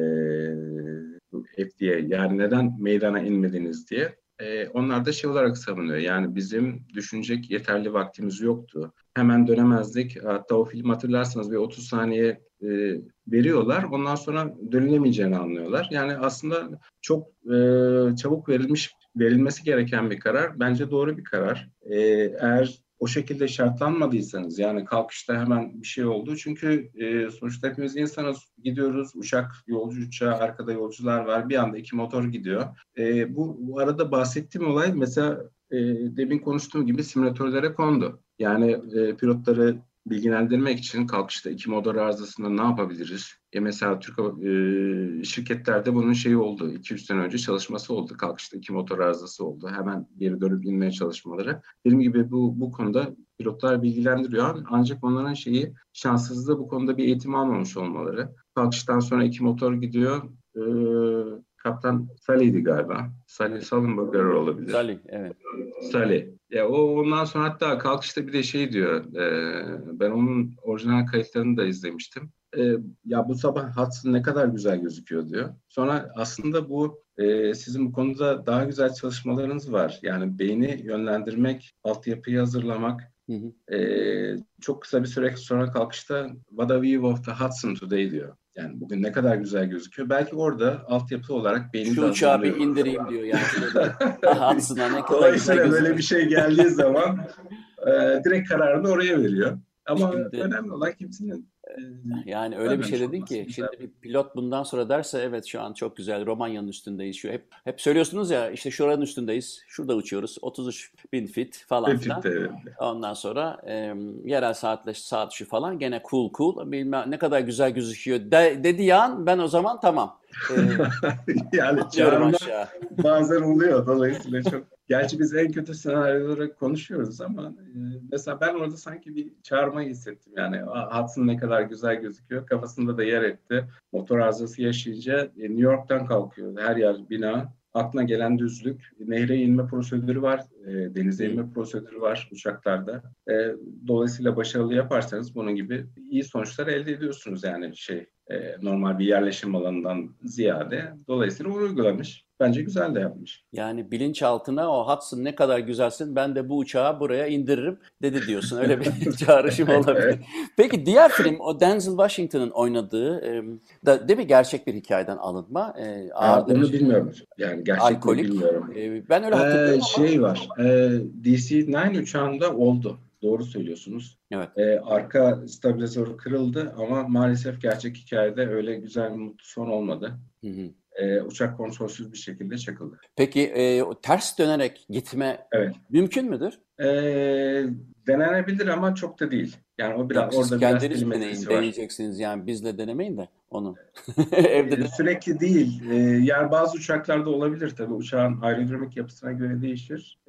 [SPEAKER 3] F D A. Yani neden meydana inmediniz diye. E, onlar da şey olarak savunuyor. Yani bizim düşünecek yeterli vaktimiz yoktu. Hemen dönemezdik. Hatta o film hatırlarsanız bir otuz saniye e, veriyorlar. Ondan sonra dönülemeyeceğini anlıyorlar. Yani aslında çok e, çabuk verilmiş verilmesi gereken bir karar. Bence doğru bir karar. E, eğer o şekilde şartlanmadıysanız yani kalkışta hemen bir şey oldu. Çünkü e, sonuçta hepimiz insanız, gidiyoruz. Uçak, yolcu uçağı, arkada yolcular var. Bir anda iki motor gidiyor. E, bu, bu arada bahsettiğim olay mesela e, demin konuştuğum gibi simülatörlere kondu. Yani e, pilotları bilgilendirmek için kalkışta iki motor arızasında ne yapabiliriz? E mesela Türk e, şirketlerde bunun şeyi oldu. iki üç sene önce çalışması oldu. Kalkışta iki motor arızası oldu. Hemen geri dönüp inmeye çalışmaları. Dediğim gibi bu bu konuda pilotlar bilgilendiriyor. Ancak onların şeyi şanssızlığı bu konuda bir eğitim almamış olmaları. Kalkıştan sonra iki motor gidiyor. E, Kaptan Sally'di galiba. Sally Sullenberger olabilir.
[SPEAKER 2] Salih, evet.
[SPEAKER 3] Salih. Ya o ondan sonra hatta kalkışta bir de şey diyor. E, ben onun orijinal kayıtlarını da izlemiştim. E, ya bu sabah Hudson ne kadar güzel gözüküyor diyor. Sonra aslında bu e, sizin bu konuda daha güzel çalışmalarınız var. Yani beyni yönlendirmek, altyapıyı hazırlamak.
[SPEAKER 2] Hı hı.
[SPEAKER 3] E, çok kısa bir süre sonra kalkışta What a view of the Hudson today diyor. Yani bugün ne kadar güzel gözüküyor. Belki orada altyapı olarak beyniniz
[SPEAKER 2] Şu uçağı bir
[SPEAKER 3] hazırlıyor.
[SPEAKER 2] indireyim diyor yani. Hudson'a ne kadar güzel
[SPEAKER 3] Dolayısıyla
[SPEAKER 2] gözüküyor.
[SPEAKER 3] böyle bir şey geldiği zaman e, direkt kararını oraya veriyor. Ama
[SPEAKER 2] Şimdi
[SPEAKER 3] önemli olan kimsenin e,
[SPEAKER 2] yani öyle bir şey
[SPEAKER 3] ölmemiş
[SPEAKER 2] dedin
[SPEAKER 3] olması.
[SPEAKER 2] ki
[SPEAKER 3] Güzel.
[SPEAKER 2] şimdi bir pilot bundan sonra derse evet şu an çok güzel Romanya'nın üstündeyiz. Şu hep hep söylüyorsunuz ya işte şuranın üstündeyiz. Şurada uçuyoruz. otuz üç bin fit falan filan.
[SPEAKER 3] Tetikte.
[SPEAKER 2] Ondan sonra e, yerel saatle saat şu falan gene cool cool bilmem ne kadar güzel gözüküyor de, dediği an ben o zaman tamam. E,
[SPEAKER 3] Yani
[SPEAKER 2] atlıyorum
[SPEAKER 3] çağırma
[SPEAKER 2] aşağı.
[SPEAKER 3] bazen oluyor. Dolayısıyla çok. Gerçi biz en kötü senaryoları konuşuyoruz ama e, mesela ben orada sanki bir çağırmayı hissettim. Yani Hudson ne kadar Binalar güzel gözüküyor. Kafasında da yer etti. Motor arızası yaşayınca e, New York'tan kalkıyor. Her yer bina. Aklına gelen düzlük. Nehre inme prosedürü var. E, denize inme prosedürü var uçaklarda. E, dolayısıyla başarılı yaparsanız bunun gibi iyi sonuçlar elde ediyorsunuz. Yani şey e, normal bir yerleşim alanından ziyade. Dolayısıyla onu uygulamış. Bence güzel de yapmış.
[SPEAKER 2] Yani bilinçaltına o Hudson ne kadar güzelsin ben de bu uçağı buraya indiririm dedi diyorsun. Öyle bir çağrışım olabilir. Peki diğer film o Denzel Washington'ın oynadığı e, da değil mi gerçek bir hikayeden alınma? E,
[SPEAKER 3] Aa, onu
[SPEAKER 2] derecede
[SPEAKER 3] bilmiyorum. Yani gerçekten
[SPEAKER 2] alkolik.
[SPEAKER 3] bilmiyorum.
[SPEAKER 2] E, ben öyle
[SPEAKER 3] Ee,
[SPEAKER 2] hatırlıyorum ama.
[SPEAKER 3] şey var. E, D C dokuz uçağında oldu. Doğru söylüyorsunuz.
[SPEAKER 2] Evet.
[SPEAKER 3] Ee, arka stabilizörü kırıldı ama maalesef gerçek hikayede öyle güzel bir mutlu son olmadı.
[SPEAKER 2] Hı hı.
[SPEAKER 3] Ee, uçak kontrolsüz bir şekilde çakıldı.
[SPEAKER 2] Peki e, o ters dönerek gitme
[SPEAKER 3] Evet.
[SPEAKER 2] mümkün müdür?
[SPEAKER 3] Ee, denenebilir ama çok da değil. Yani o biraz
[SPEAKER 2] Yok, siz
[SPEAKER 3] orada biraz
[SPEAKER 2] kendiniz deneyin,
[SPEAKER 3] milimetresi var.
[SPEAKER 2] deneyeceksiniz. Yani bizle denemeyin de onu. Evde
[SPEAKER 3] Ee,
[SPEAKER 2] de.
[SPEAKER 3] sürekli değil. Ee, yani bazı uçaklarda olabilir tabii. Uçağın aerodinamik yapısına göre değişir.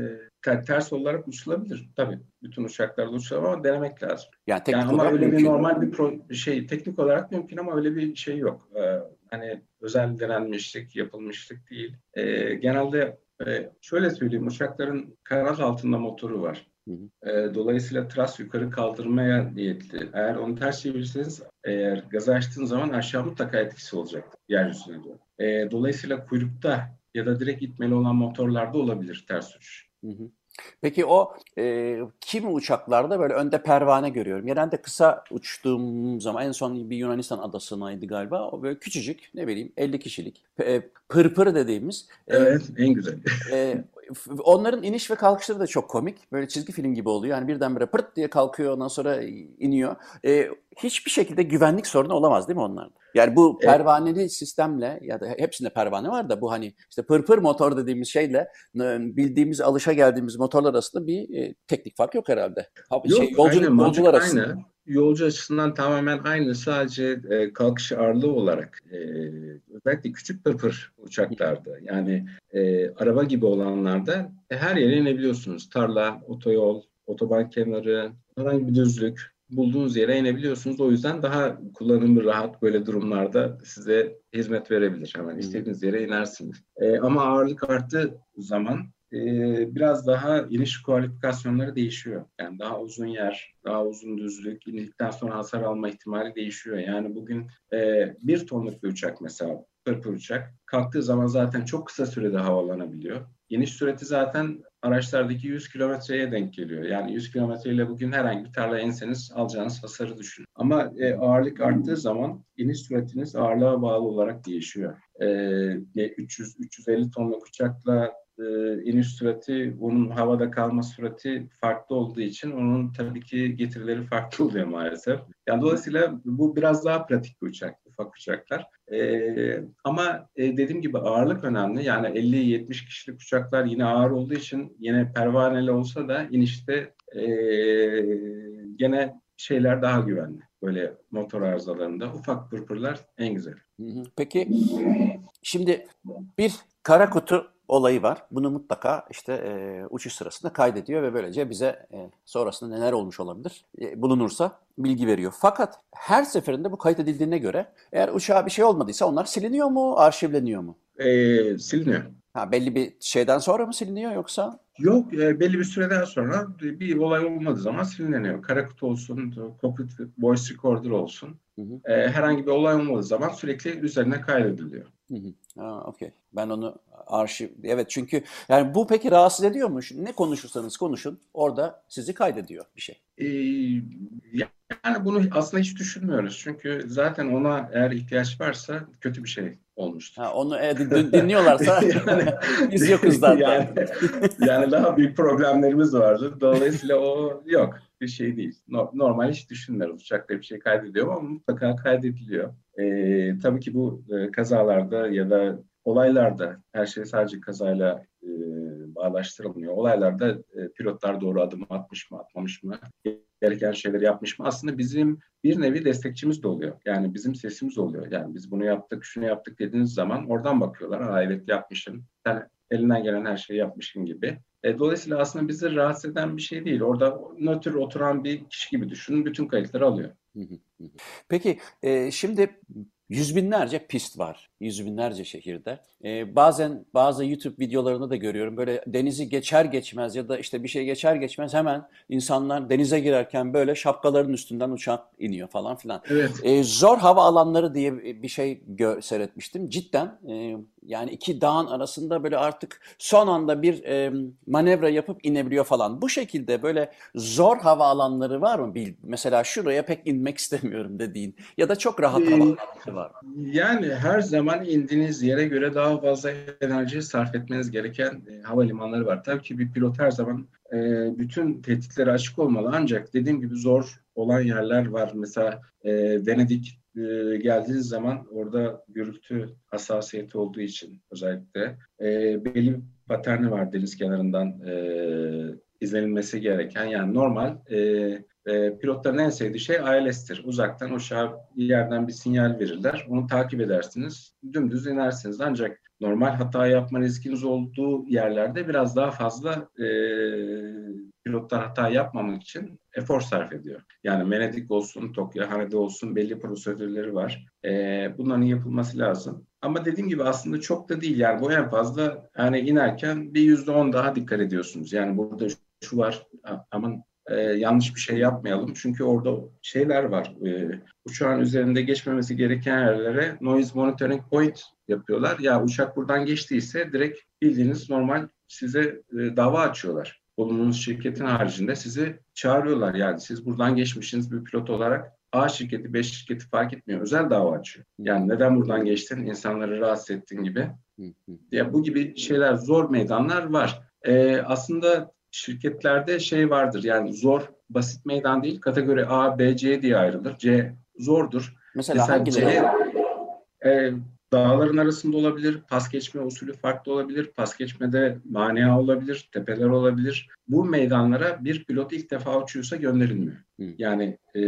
[SPEAKER 3] Ee, ters olarak uçulabilir tabii. Bütün uçaklarda uçulamaz ama denemek lazım.
[SPEAKER 2] Yani teknik
[SPEAKER 3] Yani ama
[SPEAKER 2] olarak
[SPEAKER 3] öyle bir
[SPEAKER 2] mümkün.
[SPEAKER 3] normal bir pro, şey teknik olarak mümkün ama öyle bir şey yok. Ee, hani özel denenmişlik, yapılmışlık değil. Ee, genelde e, şöyle söyleyeyim, uçakların kanat altında motoru var.
[SPEAKER 2] Hı hı.
[SPEAKER 3] E, dolayısıyla tras yukarı kaldırmaya niyetli. Eğer onu ters çevirirseniz, eğer gazı açtığınız zaman aşağı mutlaka etkisi olacak yeryüzüne doğru. E, dolayısıyla kuyrukta ya da direkt itmeli olan motorlarda olabilir ters uçuş.
[SPEAKER 2] Hı hı. Peki o e, kimi uçaklarda böyle önde pervane görüyorum. Genelde kısa uçtuğum zaman en son bir Yunanistan adasınaydı galiba. O böyle küçücük ne bileyim elli kişilik e, pırpır dediğimiz. E,
[SPEAKER 3] Evet, en güzel.
[SPEAKER 2] e, onların iniş ve kalkışları da çok komik. Böyle çizgi film gibi oluyor. Yani birdenbire pırt diye kalkıyor ondan sonra iniyor. E, hiçbir şekilde güvenlik sorunu olamaz değil mi onlarda? Yani bu pervaneli sistemle ya da hepsinde pervane var da bu hani işte pırpır motor dediğimiz şeyle bildiğimiz alışa geldiğimiz motorlar arasında bir e, teknik fark yok herhalde.
[SPEAKER 3] Yok,
[SPEAKER 2] şey, yolculuk,
[SPEAKER 3] aynı,
[SPEAKER 2] yolcular
[SPEAKER 3] mantık
[SPEAKER 2] arasında.
[SPEAKER 3] aynı. Yolcu açısından tamamen aynı. Sadece e, kalkış ağırlığı olarak e, özellikle küçük pırpır uçaklarda yani e, araba gibi olanlarda e, her yere inebiliyorsunuz. Tarla, otoyol, otoban kenarı, herhangi bir düzlük bulduğunuz yere inebiliyorsunuz. O yüzden daha kullanımı rahat böyle durumlarda size hizmet verebilir. Hemen istediğiniz yere inersiniz. E, ama ağırlık arttığı zaman Ee, biraz daha iniş kualifikasyonları değişiyor. Yani daha uzun yer, daha uzun düzlük, indikten sonra hasar alma ihtimali değişiyor. Yani bugün e, bir tonluk bir uçak mesela, pırpır uçak, kalktığı zaman zaten çok kısa sürede havalanabiliyor. İniş süreti zaten araçlardaki yüz kilometreye denk geliyor. Yani yüz kilometreyle bugün herhangi bir tarlaya inseniz alacağınız hasarı düşünün. Ama e, ağırlık arttığı zaman iniş süretiniz ağırlığa bağlı olarak değişiyor. E, üç yüz üç yüz elli tonluk uçakla e, iniş sürati, onun havada kalma sürati farklı olduğu için onun tabii ki getirileri farklı oluyor maalesef. Yani dolayısıyla bu biraz daha pratik bir uçak, ufak uçaklar. E, ama e, dediğim gibi ağırlık önemli. Yani elli yetmiş kişilik uçaklar yine ağır olduğu için yine pervaneli olsa da inişte e, gene şeyler daha güvenli. Böyle motor arızalarında ufak pırpırlar en güzel.
[SPEAKER 2] Peki şimdi bir kara kutu olayı var. Bunu mutlaka işte e, uçuş sırasında kaydediyor ve böylece bize e, sonrasında neler olmuş olabilir e, bulunursa bilgi veriyor. Fakat her seferinde bu kaydedildiğine göre eğer uçağa bir şey olmadıysa onlar siliniyor mu, arşivleniyor mu?
[SPEAKER 3] E, siliniyor.
[SPEAKER 2] Ha, belli bir şeyden sonra mı siliniyor yoksa?
[SPEAKER 3] Yok, e, belli bir süreden sonra bir olay olmadığı zaman silineniyor. Kara kutu olsun, cockpit voice recorder olsun. Hı hı. E, herhangi bir olay olmadığı zaman sürekli üzerine kaydediliyor.
[SPEAKER 2] Hı hı. Ha, okey. Ben onu arşiv... Evet çünkü yani bu peki rahatsız ediyor mu? Ne konuşursanız konuşun orada sizi kaydediyor bir şey.
[SPEAKER 3] Ee, yani bunu aslında hiç düşünmüyoruz. Çünkü zaten ona eğer ihtiyaç varsa kötü bir şey olmuştur.
[SPEAKER 2] Ha, onu e, din, dinliyorlarsa
[SPEAKER 3] yani,
[SPEAKER 2] biz yokuz zaten.
[SPEAKER 3] Yani, yani daha büyük problemlerimiz vardı. Dolayısıyla o yok. Bir şey değil. Normal hiç düşünmüyoruz. Uçakta bir şey kaydediyor ama mutlaka kaydediliyor. Ee, tabii ki bu e, kazalarda ya da olaylarda her şey sadece kazayla e, bağdaştırılmıyor. Olaylarda e, pilotlar doğru adım atmış mı, atmamış mı, gereken şeyleri yapmış mı? Aslında bizim bir nevi destekçimiz de oluyor. Yani bizim sesimiz oluyor. Yani biz bunu yaptık, şunu yaptık dediğiniz zaman oradan bakıyorlar. Ha evet yapmışsın. Sen elinden gelen her şeyi yapmışsın gibi. E, dolayısıyla aslında bizi rahatsız eden bir şey değil. Orada nötr oturan bir kişi gibi düşünün. Bütün kayıtları alıyor.
[SPEAKER 2] Hı hı, hı hı. Peki e, şimdi yüz binlerce pist var. Yüz binlerce şehirde. E, bazen bazı YouTube videolarını da görüyorum. Böyle denizi geçer geçmez ya da işte bir şey geçer geçmez hemen insanlar denize girerken böyle şapkaların üstünden uçak iniyor falan filan.
[SPEAKER 3] Evet.
[SPEAKER 2] E, zor hava alanları diye bir şey gö- seyretmiştim. Cidden e, yani iki dağın arasında böyle artık son anda bir e, manevra yapıp inebiliyor falan. Bu şekilde böyle zor hava alanları var mı? Bil- Mesela şuraya pek inmek istemiyorum dediğin ya da çok rahat hava
[SPEAKER 3] Ee,
[SPEAKER 2] alanları var mı?
[SPEAKER 3] Yani her zaman indiğiniz yere göre daha fazla enerji sarf etmeniz gereken e, havalimanları var. Tabii ki bir pilot her zaman e, bütün tehditlere açık olmalı. Ancak dediğim gibi zor olan yerler var. Mesela e, Venedik e, geldiğiniz zaman orada gürültü hassasiyeti olduğu için özellikle e, belli bir paterni var deniz kenarından e, izlenilmesi gereken. Yani normal e, e, pilotların en sevdiği şey I L S'tir. Uzaktan uçağa bir yerden bir sinyal verirler. Onu takip edersiniz. Dümdüz inersiniz. Ancak normal hata yapma riskiniz olduğu yerlerde biraz daha fazla e, pilotlar hata yapmamak için efor sarf ediyor. Yani Venedik olsun, Tokyo, Haneda olsun belli prosedürleri var. E, bunların yapılması lazım. Ama dediğim gibi aslında çok da değil. Yani bu en fazla yani inerken bir yüzde on daha dikkat ediyorsunuz. Yani burada şu var, aman e, yanlış bir şey yapmayalım. Çünkü orada şeyler var. E, uçağın üzerinde geçmemesi gereken yerlere noise monitoring point yapıyorlar. Ya uçak buradan geçtiyse direkt bildiğiniz normal size e, dava açıyorlar. Bulunduğunuz şirketin haricinde sizi çağırıyorlar. Yani siz buradan geçmişsiniz bir pilot olarak. A şirketi, B şirketi fark etmiyor. Özel dava açıyor. Yani neden buradan geçtin, insanları rahatsız ettin gibi. Ya bu gibi şeyler, zor meydanlar var. E, aslında şirketlerde şey vardır, yani zor, basit meydan değil, kategori A, B, C diye ayrılır. C zordur.
[SPEAKER 2] Mesela
[SPEAKER 3] Mesela
[SPEAKER 2] hangileri?
[SPEAKER 3] C e, dağların arasında olabilir, pas geçme usulü farklı olabilir, pas geçmede mania olabilir, tepeler olabilir. Bu meydanlara bir pilot ilk defa uçuyorsa gönderilmiyor.
[SPEAKER 2] Hı.
[SPEAKER 3] Yani e,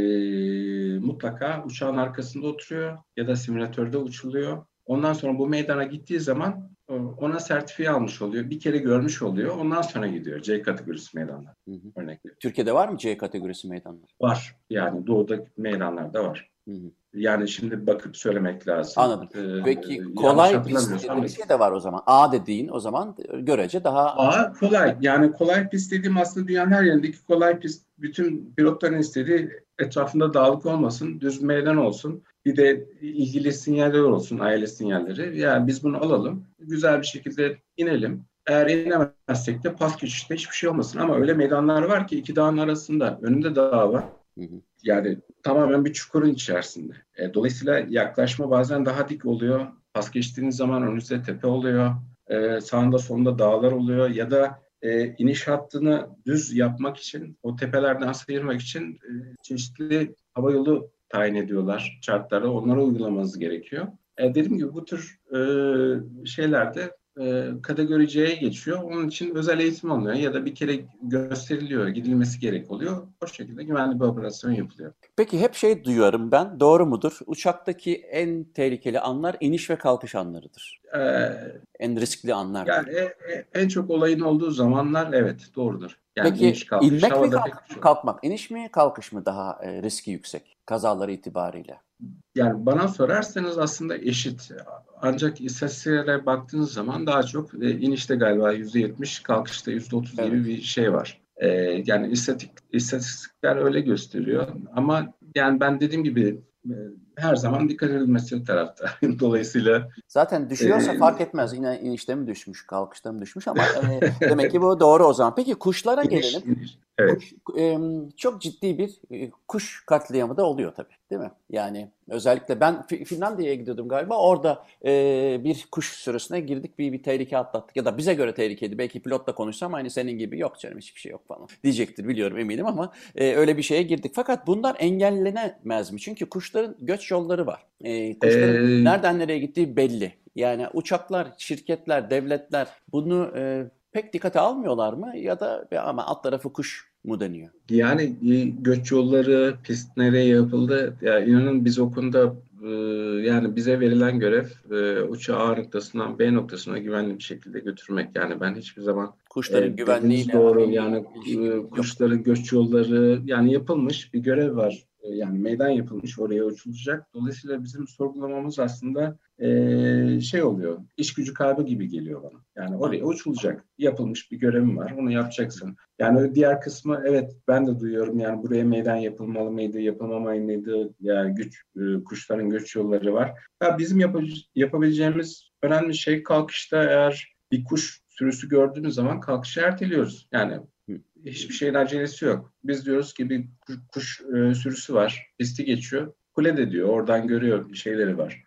[SPEAKER 3] mutlaka uçağın arkasında oturuyor ya da simülatörde uçuluyor. Ondan sonra bu meydana gittiği zaman ona sertifiye almış oluyor. Bir kere görmüş oluyor. Ondan sonra gidiyor C kategorisi meydanlar.
[SPEAKER 2] Hı hı.
[SPEAKER 3] Örnek veriyorum.
[SPEAKER 2] Türkiye'de var mı C kategorisi meydanlar?
[SPEAKER 3] Var. Yani doğudaki meydanlarda var.
[SPEAKER 2] Hı hı.
[SPEAKER 3] Yani şimdi bakıp söylemek lazım.
[SPEAKER 2] Anladım.
[SPEAKER 3] Ee,
[SPEAKER 2] Peki
[SPEAKER 3] yanlış
[SPEAKER 2] kolay pist
[SPEAKER 3] hatırlamıyorsam
[SPEAKER 2] dediğin bir şey de var o zaman. A dediğin o zaman görece daha
[SPEAKER 3] A kolay. Yani kolay pist dediğim aslında dünyanın her yerindeki kolay pist. Bütün pilotların istediği etrafında dağlık olmasın, düz meydan olsun. Bir de ilgili sinyaller olsun, I L S sinyalleri. Yani biz bunu alalım, güzel bir şekilde inelim. Eğer inemezsek de pas geçişte hiçbir şey olmasın. Ama öyle meydanlar var ki iki dağın arasında, önünde dağ var.
[SPEAKER 2] Hı hı.
[SPEAKER 3] Yani tamamen bir çukurun içerisinde. E, dolayısıyla yaklaşma bazen daha dik oluyor. Pas geçtiğiniz zaman önünüzde tepe oluyor. E, sağında solunda dağlar oluyor. Ya da e, iniş hattını düz yapmak için, o tepelerden sıyırmak için e, çeşitli havayolu tayin ediyorlar chartlara. Onları uygulamanız gerekiyor. E, dediğim gibi bu tür e, şeylerde e, kategori C'ye geçiyor. Onun için özel eğitim alınıyor ya da bir kere gösteriliyor, gidilmesi gerek oluyor. O şekilde güvenli bir operasyon yapılıyor.
[SPEAKER 2] Peki hep şey duyuyorum ben, doğru mudur? Uçaktaki en tehlikeli anlar iniş ve kalkış anlarıdır.
[SPEAKER 3] Ee,
[SPEAKER 2] En riskli anlar.
[SPEAKER 3] yani e, e, en çok olayın olduğu zamanlar evet doğrudur. Yani
[SPEAKER 2] Peki
[SPEAKER 3] iniş kalkış
[SPEAKER 2] inmek mi
[SPEAKER 3] havada
[SPEAKER 2] kalk-
[SPEAKER 3] pek bir şey.
[SPEAKER 2] kalkmak, iniş mi kalkış mı daha e, riski yüksek kazaları itibariyle?
[SPEAKER 3] Yani bana sorarsanız aslında eşit. Ancak istatistiklere baktığınız zaman daha çok e, inişte galiba yüzde yetmiş, kalkışta yüzde otuz gibi
[SPEAKER 2] Evet.
[SPEAKER 3] bir şey var. E, yani istatik, istatistikler öyle gösteriyor. Ama yani ben dediğim gibi e, her zaman dikkat edilmesi tarafta. Dolayısıyla
[SPEAKER 2] Zaten düşüyorsa
[SPEAKER 3] e,
[SPEAKER 2] fark etmez. Yine inişte mi düşmüş, kalkışta mı düşmüş ama e, demek ki bu doğru o zaman. Peki kuşlara
[SPEAKER 3] iniş,
[SPEAKER 2] gelelim.
[SPEAKER 3] iniş. Evet.
[SPEAKER 2] Kuş, e, çok ciddi bir e, kuş katliamı da oluyor tabii, değil mi? Yani özellikle ben Fi- Finlandiya'ya gidiyordum galiba. Orada e, bir kuş sürüsüne girdik, bir, bir tehlike atlattık. Ya da bize göre tehlikeydi. Belki pilotla konuşsam aynı senin gibi yok canım hiçbir şey yok falan diyecektir biliyorum eminim ama e, öyle bir şeye girdik. Fakat bunlar engellenemez mi? Çünkü kuşların göç yolları var. E, kuşların
[SPEAKER 3] Ee,
[SPEAKER 2] nereden nereye gittiği belli. Yani uçaklar, şirketler, devletler bunu e, pek dikkate almıyorlar mı? Ya da ama alt tarafı kuş mu deniyor?
[SPEAKER 3] Yani e, göç yolları, pist nereye yapıldı? Ya inanın biz o konuda e, yani bize verilen görev e, uçağı A noktasından B noktasına güvenli bir şekilde götürmek. Yani ben hiçbir zaman e,
[SPEAKER 2] Kuşların
[SPEAKER 3] dediğiniz
[SPEAKER 2] güvenliğiyle
[SPEAKER 3] doğru
[SPEAKER 2] bir
[SPEAKER 3] yani
[SPEAKER 2] ilişkimiz
[SPEAKER 3] e,
[SPEAKER 2] yok.
[SPEAKER 3] kuşların göç yolları yani yapılmış bir görev var. E, yani meydan yapılmış, oraya uçulacak. Dolayısıyla bizim sorgulamamız aslında e, şey oluyor, iş gücü kaybı gibi geliyor bana. Yani oraya uçulacak, yapılmış bir görevim var, onu yapacaksın. Yani diğer kısmı evet ben de duyuyorum, yani buraya meydan yapılmalı mıydı, yapılmamalıydı, yani güç, e, kuşların göç yolları var. Ya bizim yap- yapabileceğimiz önemli şey kalkışta eğer bir kuş sürüsü gördüğümüz zaman kalkışı erteliyoruz. Yani hiçbir şeyin acelesi yok. Biz diyoruz ki bir kuş, kuş e, sürüsü var. Pisti geçiyor. Kule de diyor. Oradan görüyor bir şeyleri var.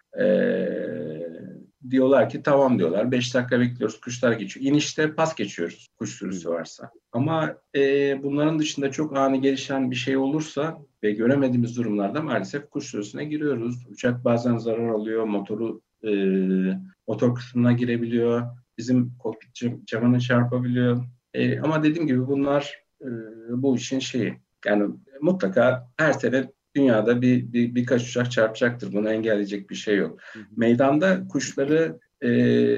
[SPEAKER 3] Ee, diyorlar ki tamam diyorlar. Beş dakika bekliyoruz. Kuşlar geçiyor. İnişte pas geçiyoruz kuş sürüsü varsa. Ama e, bunların dışında çok ani gelişen bir şey olursa ve göremediğimiz durumlarda maalesef kuş sürüsüne giriyoruz. Uçak bazen zarar alıyor. Motoru e, motor kısmına girebiliyor. Bizim kokpit cam- camını çarpabiliyor. E, ama dediğim gibi bunlar e, bu işin şeyi. Yani mutlaka her sene dünyada bir, bir birkaç uçak çarpacaktır. Bunu engelleyecek bir şey yok.
[SPEAKER 2] Hı hı.
[SPEAKER 3] Meydanda kuşları e,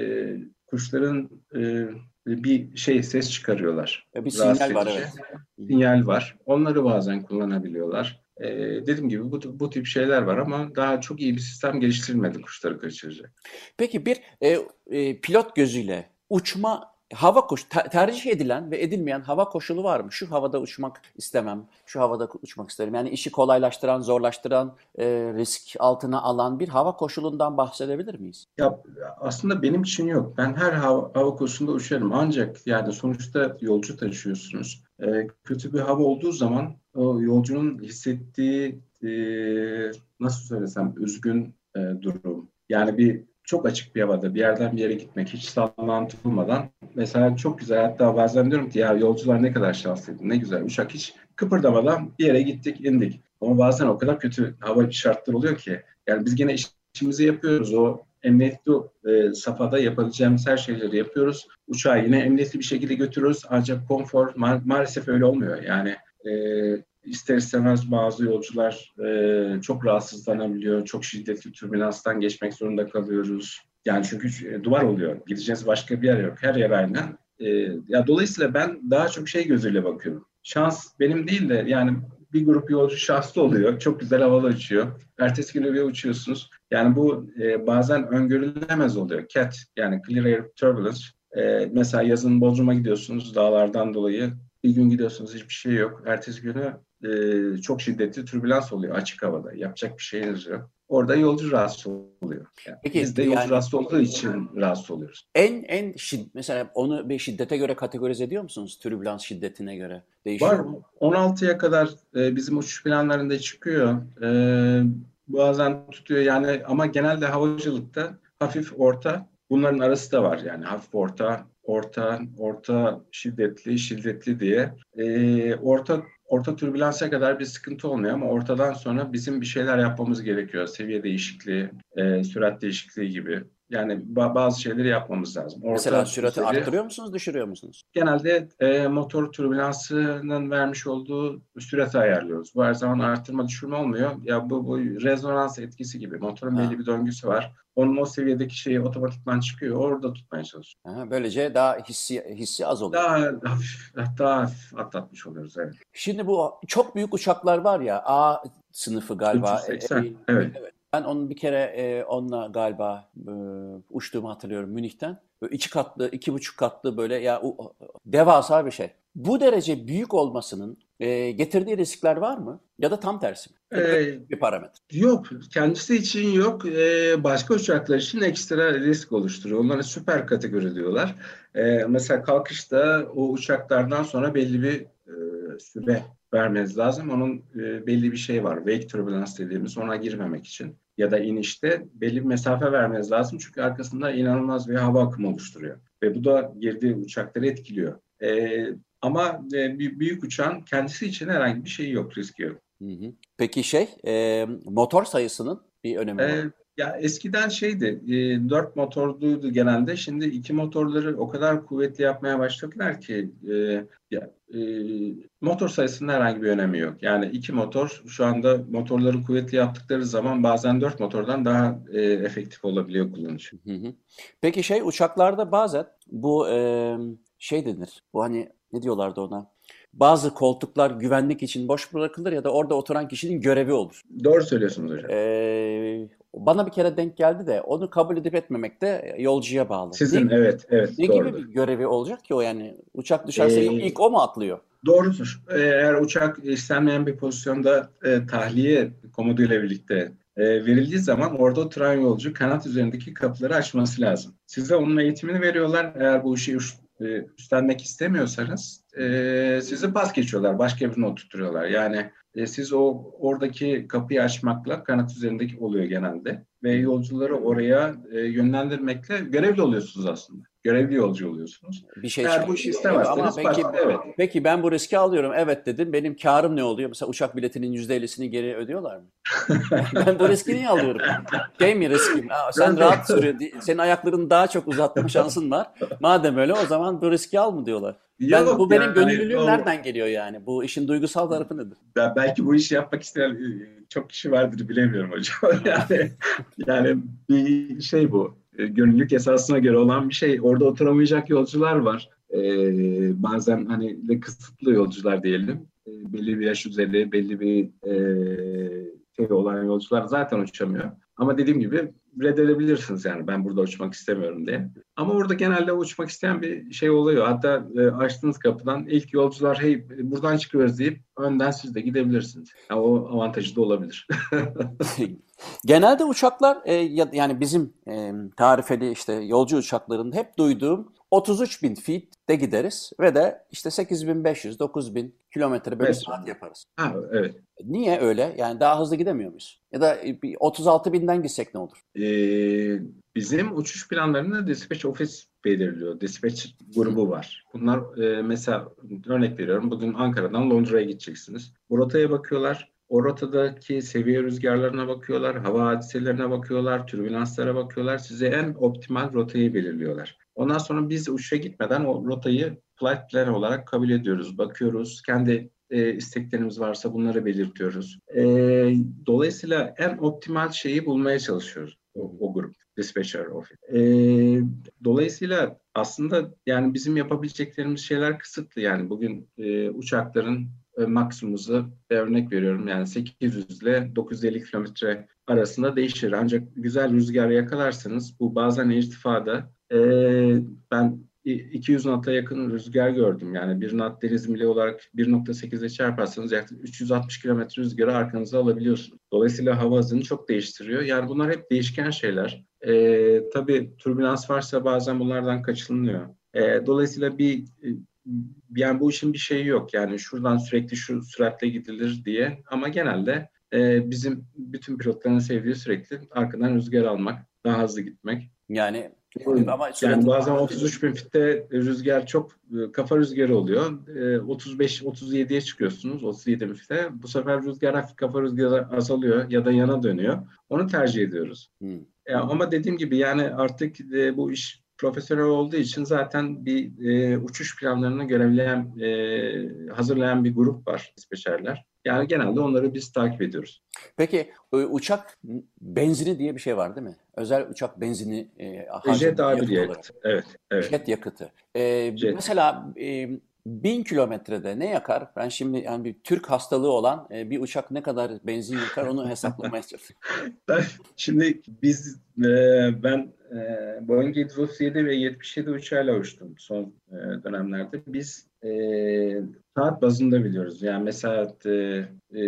[SPEAKER 3] kuşların e, bir şey ses çıkarıyorlar.
[SPEAKER 2] E, Bir
[SPEAKER 3] Rahatsız
[SPEAKER 2] sinyal var,
[SPEAKER 3] edici.
[SPEAKER 2] evet. Hı hı.
[SPEAKER 3] Sinyal var. Onları bazen kullanabiliyorlar. E, dediğim gibi bu, bu tip şeyler var ama daha çok iyi bir sistem geliştirilmedi kuşları kaçıracak.
[SPEAKER 2] Peki bir e, e, pilot gözüyle uçma hava koş te- tercih edilen ve edilmeyen hava koşulu var mı? Şu havada uçmak istemem, şu havada uçmak isterim. Yani işi kolaylaştıran, zorlaştıran, e, risk altına alan bir hava koşulundan bahsedebilir miyiz?
[SPEAKER 3] Ya aslında benim için yok. Ben her hava, hava koşulunda uçarım. Ancak yani sonuçta yolcu taşıyorsunuz. Ee, kötü bir hava olduğu zaman o yolcunun hissettiği e, nasıl söylesem üzgün e, durum. Yani bir çok açık bir havada bir yerden bir yere gitmek hiç sallantı olmadan mesela çok güzel, hatta bazen diyorum ki ya yolcular ne kadar şanslıydı, ne güzel uçak hiç kıpırdamadan bir yere gittik indik. Ama bazen o kadar kötü hava şartları oluyor ki yani biz gene iş işimizi yapıyoruz. O emniyetli e, safhada yapabileceğimiz her şeyleri yapıyoruz. Uçağı yine emniyetli bir şekilde götürüyoruz. Ancak konfor ma- maalesef öyle olmuyor. Yani e, ister istemez bazı yolcular e, çok rahatsızlanabiliyor. Çok şiddetli türbülanstan geçmek zorunda kalıyoruz. Yani çünkü e, duvar oluyor. Gideceğiniz başka bir yer yok. Her yer aynı. E, ya dolayısıyla ben daha çok şey gözüyle bakıyorum. Şans benim değil de yani bir grup yolcu şanslı oluyor. Çok güzel havalı uçuyor. Ertesi günü bir uçuyorsunuz. Yani bu e, bazen öngörülemez oluyor. C A T yani Clear Air Turbulence. E, mesela yazın Bodrum'a gidiyorsunuz dağlardan dolayı. Bir gün gidiyorsunuz hiçbir şey yok. Ertesi günü e, çok şiddetli türbülans oluyor açık havada. Yapacak bir şeyiniz yok. Orada yolcu rahatsız oluyor. Yani
[SPEAKER 2] Peki
[SPEAKER 3] biz de yolcu
[SPEAKER 2] yani
[SPEAKER 3] rahatsız olduğu için rahatsız oluyoruz.
[SPEAKER 2] en en şid- mesela onu bir şiddete göre kategorize ediyor musunuz? Türbülans şiddetine göre değişiyor
[SPEAKER 3] Var.
[SPEAKER 2] mu?
[SPEAKER 3] on altıya kadar e, bizim uçuş planlarında çıkıyor. E, bazen tutuyor yani ama genelde havacılıkta hafif orta bunların arası da var yani hafif orta, orta, orta şiddetli, şiddetli diye. E, orta orta türbülansa kadar bir sıkıntı olmuyor ama ortadan sonra bizim bir şeyler yapmamız gerekiyor. Seviye değişikliği, e, sürat değişikliği gibi. Yani ba- bazı şeyleri yapmamız lazım.
[SPEAKER 2] Mesela
[SPEAKER 3] Orta
[SPEAKER 2] sürati
[SPEAKER 3] düzeyde
[SPEAKER 2] arttırıyor musunuz, düşürüyor musunuz?
[SPEAKER 3] genelde e, motor türbülansının vermiş olduğu sürati ayarlıyoruz. Bu her zaman arttırma düşürme olmuyor. Ya bu, bu rezonans etkisi gibi. Motorun belli
[SPEAKER 2] Ha.
[SPEAKER 3] bir döngüsü var. Onun o seviyedeki şeyi otomatikman çıkıyor. Orada tutmaya çalışıyoruz.
[SPEAKER 2] Ha, böylece daha hissi hissi az oluyor.
[SPEAKER 3] Daha hafif, daha hafif atlatmış oluyoruz. Evet.
[SPEAKER 2] Şimdi bu çok büyük uçaklar var ya, A sınıfı galiba. E,
[SPEAKER 3] üç yüz seksen.
[SPEAKER 2] e,
[SPEAKER 3] Evet.
[SPEAKER 2] evet. Ben onun bir kere e, onunla galiba e, uçtuğumu hatırlıyorum Münih'ten. Böyle iki katlı, iki buçuk katlı böyle ya o- devasa bir şey. Bu derece büyük olmasının e, getirdiği riskler var mı? Ya da tam tersi mi? Ya da öyle
[SPEAKER 3] Ee,
[SPEAKER 2] bir parametre.
[SPEAKER 3] Yok, kendisi için yok. Ee, başka uçaklar için ekstra risk oluşturuyor. Onlara süper kategori diyorlar. Ee, mesela kalkışta o uçaklardan sonra belli bir e, süre vermeniz lazım. Onun e, belli bir şey var. Wake turbulence dediğimiz ona girmemek için. Ya da inişte belli bir mesafe vermeniz lazım. Çünkü arkasında inanılmaz bir hava akımı oluşturuyor. Ve bu da girdiği uçakları etkiliyor. Ee, ama e, bir büyük uçağın kendisi için herhangi bir şey yok, riski yok.
[SPEAKER 2] Hı hı. Peki şey, e, motor sayısının bir önemi var.
[SPEAKER 3] Ee, ya eskiden şeydi, e, dört motorluydu genelde. Şimdi iki motorları o kadar kuvvetli yapmaya başladılar ki e, ya, e, motor sayısının herhangi bir önemi yok. Yani iki motor şu anda motorları kuvvetli yaptıkları zaman bazen dört motordan daha e, efektif olabiliyor kullanıcı.
[SPEAKER 2] Hı hı. Peki şey uçaklarda bazen bu e, şey denir. Bu hani ne diyorlardı ona? bazı koltuklar güvenlik için boş bırakılır ya da orada oturan kişinin görevi olur.
[SPEAKER 3] Doğru söylüyorsunuz hocam.
[SPEAKER 2] Ee, bana bir kere denk geldi de onu kabul edip etmemek de yolcuya bağlı.
[SPEAKER 3] Sizin
[SPEAKER 2] ne,
[SPEAKER 3] evet evet
[SPEAKER 2] ne
[SPEAKER 3] doğrudur.
[SPEAKER 2] gibi bir görevi olacak ki o yani? Uçak düşerse
[SPEAKER 3] Ee,
[SPEAKER 2] ilk o mu atlıyor?
[SPEAKER 3] Doğrudur. Eğer uçak istenmeyen bir pozisyonda e, tahliye komutuyla birlikte e, verildiği zaman orada oturan yolcu kanat üzerindeki kapıları açması lazım. Size onun eğitimini veriyorlar. Eğer bu işi üst, e, üstlenmek istemiyorsanız e, sizi pas geçiyorlar. Başka birine oturtuyorlar. Yani e, siz o oradaki kapıyı açmakla kanat üzerindeki oluyor genelde. Ve yolcuları oraya e, yönlendirmekle görevli oluyorsunuz aslında. Görevli yolcu oluyorsunuz.
[SPEAKER 2] Bir şey
[SPEAKER 3] Eğer bu işi
[SPEAKER 2] çıkıyor. Ama
[SPEAKER 3] istemezseniz
[SPEAKER 2] peki,
[SPEAKER 3] başka, evet.
[SPEAKER 2] peki ben bu riski alıyorum. Evet dedim. Benim karım ne oluyor? Mesela uçak biletinin yüzde ellisini geri ödüyorlar mı? Ben bu riski niye alıyorum? Şey mi riskim? Aa, sen rahat sürüyor. Senin ayaklarını daha çok uzatma şansın var. Madem öyle o zaman bu riski al mı diyorlar. Ben,
[SPEAKER 3] Yok,
[SPEAKER 2] bu benim
[SPEAKER 3] yani,
[SPEAKER 2] gönüllülüğüm
[SPEAKER 3] o-
[SPEAKER 2] nereden geliyor yani? Bu işin duygusal tarafı nedir?
[SPEAKER 3] Ben belki bu işi yapmak isteyen e, çok kişi vardır bilemiyorum hocam. Yani yani bir şey bu. E, Gönüllülük esasına göre olan bir şey. Orada oturamayacak yolcular var. E, bazen hani de kısıtlı yolcular diyelim. E, belli bir yaş üzeri, belli bir e, şey olan yolcular zaten uçamıyor. Ama dediğim gibi reddedebilirsiniz yani ben burada uçmak istemiyorum diye. Ama orada genelde uçmak isteyen bir şey oluyor. Hatta e, açtığınız kapıdan ilk yolcular hey buradan çıkıyoruz deyip önden siz de gidebilirsiniz. Yani o avantajı da olabilir.
[SPEAKER 2] Genelde uçaklar e, ya- yani bizim e, tarifeli işte yolcu uçaklarında hep duyduğum otuz üç bin feet'te gideriz ve de işte sekiz bin beş yüz dokuz bin kilometre bölü
[SPEAKER 3] Evet.
[SPEAKER 2] saat yaparız.
[SPEAKER 3] Ha, evet.
[SPEAKER 2] Niye öyle? Yani daha hızlı gidemiyor muyuz? Ya da bir otuz altı binden gitsek ne olur?
[SPEAKER 3] Ee, bizim uçuş planlarında dispatch ofis belirliyor. Dispatch grubu var. Bunlar e, mesela örnek veriyorum. Bugün Ankara'dan Londra'ya gideceksiniz. Bu rotaya bakıyorlar. O rotadaki seviye rüzgarlarına bakıyorlar. Hava hadiselerine bakıyorlar. Türbülanslara bakıyorlar. Size en optimal rotayı belirliyorlar. Ondan sonra biz uçuşa gitmeden o rotayı flight plan olarak kabul ediyoruz. Bakıyoruz. Kendi e, isteklerimiz varsa bunları belirtiyoruz. E, dolayısıyla en optimal şeyi bulmaya çalışıyoruz o, o grup. Dispatcher office. E, dolayısıyla aslında yani bizim yapabileceklerimiz şeyler kısıtlı. Yani bugün e, uçakların e, maksimumuzu örnek veriyorum. Yani sekiz yüz ile dokuz yüz elli kilometre arasında değişir. Ancak güzel rüzgar yakalarsanız bu bazen irtifada e, ben iki yüz knot'a yakın rüzgar gördüm. Yani bir knot deniz mili olarak bir nokta sekize çarparsanız yaklaşık üç yüz altmış kilometre rüzgarı arkanıza alabiliyorsunuz. Dolayısıyla hava hızını çok değiştiriyor. Yani bunlar hep değişken şeyler. Ee, tabii türbülans varsa bazen bunlardan kaçınılıyor. Ee, dolayısıyla bir yani bu işin bir şeyi yok. Yani şuradan sürekli şu süratle gidilir diye. Ama genelde e, bizim bütün pilotların sevdiği sürekli arkadan rüzgar almak, daha hızlı gitmek.
[SPEAKER 2] Yani ama
[SPEAKER 3] Yani
[SPEAKER 2] sürekli
[SPEAKER 3] bazen otuz üç bin fitte rüzgar çok kafa rüzgarı oluyor. otuz beş otuz yediye çıkıyorsunuz. otuz yedi bin fitte. Bu sefer rüzgar hafif kafa rüzgarı azalıyor ya da yana dönüyor. Onu tercih ediyoruz. Hmm. Ya, ama dediğim gibi yani artık e, bu iş profesyonel olduğu için zaten bir e, uçuş planlarını görevleyen, e, hazırlayan bir grup var, dispatcherler. Yani genelde onları biz takip ediyoruz.
[SPEAKER 2] Peki uçak benzini diye bir şey var değil mi? Özel uçak benzini e,
[SPEAKER 3] jet abi yakıt. Evet, evet.
[SPEAKER 2] Jet yakıtı. E, jet. Mesela e, bin kilometrede ne yakar? Ben şimdi yani bir Türk hastalığı olan e, bir uçak ne kadar benzin yakar onu hesaplamaya çalışıyorum.
[SPEAKER 3] Şimdi biz e, ben e, Boeing yedi yüz otuz yedi ve yetmiş yedi uçağıyla uçtum son e, dönemlerde. Biz e, saat bazında biliyoruz. Yani mesela e, e,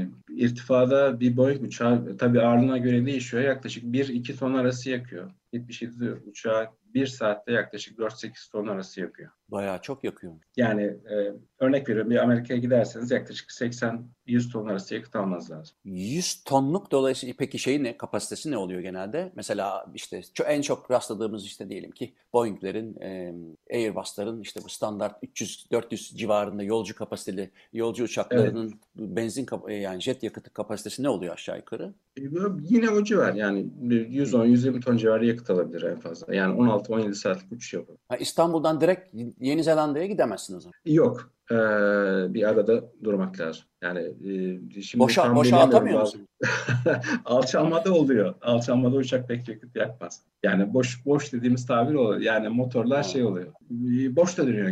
[SPEAKER 3] irtifada bir Boeing uçağı tabii ağırlığına göre değişiyor. Yaklaşık bir iki ton arası yakıyor. yetmiş yedi uçağı bir saatte yaklaşık dört sekiz ton arası yakıyor.
[SPEAKER 2] Bayağı çok yakıyor.
[SPEAKER 3] Yani e, örnek veriyorum bir Amerika'ya giderseniz yaklaşık seksen yüz ton arası yakıt almanız lazım.
[SPEAKER 2] yüz tonluk dolayısıyla peki şeyi ne? Kapasitesi ne oluyor genelde? Mesela işte en çok rastladığımız işte diyelim ki Boeing'lerin, e, Airbus'ların işte bu standart üç yüz dört yüz civarında yolcu kapasiteli yolcu uçaklarının evet. benzin kap- yani jet yakıtı kapasitesi ne oluyor aşağı yukarı?
[SPEAKER 3] E, yine o civar yani yüz on yüz yirmi ton civarı yakıt alabilir en fazla. Yani on altı on yedi saatlik uçuş yapıyor.
[SPEAKER 2] Ha, İstanbul'dan direkt Yeni Zelanda'ya gidemezsiniz o zaman.
[SPEAKER 3] Yok. Ee, bir arada durmak lazım. Yani e, şimdi
[SPEAKER 2] boşa, boşa atamıyor musun?
[SPEAKER 3] Alçalmada oluyor. Alçalmada uçak pek yakıt yakmaz. Yani boş boş dediğimiz tabir oluyor. Yani motorlar ha. şey oluyor. Boş da dönüyor gibi.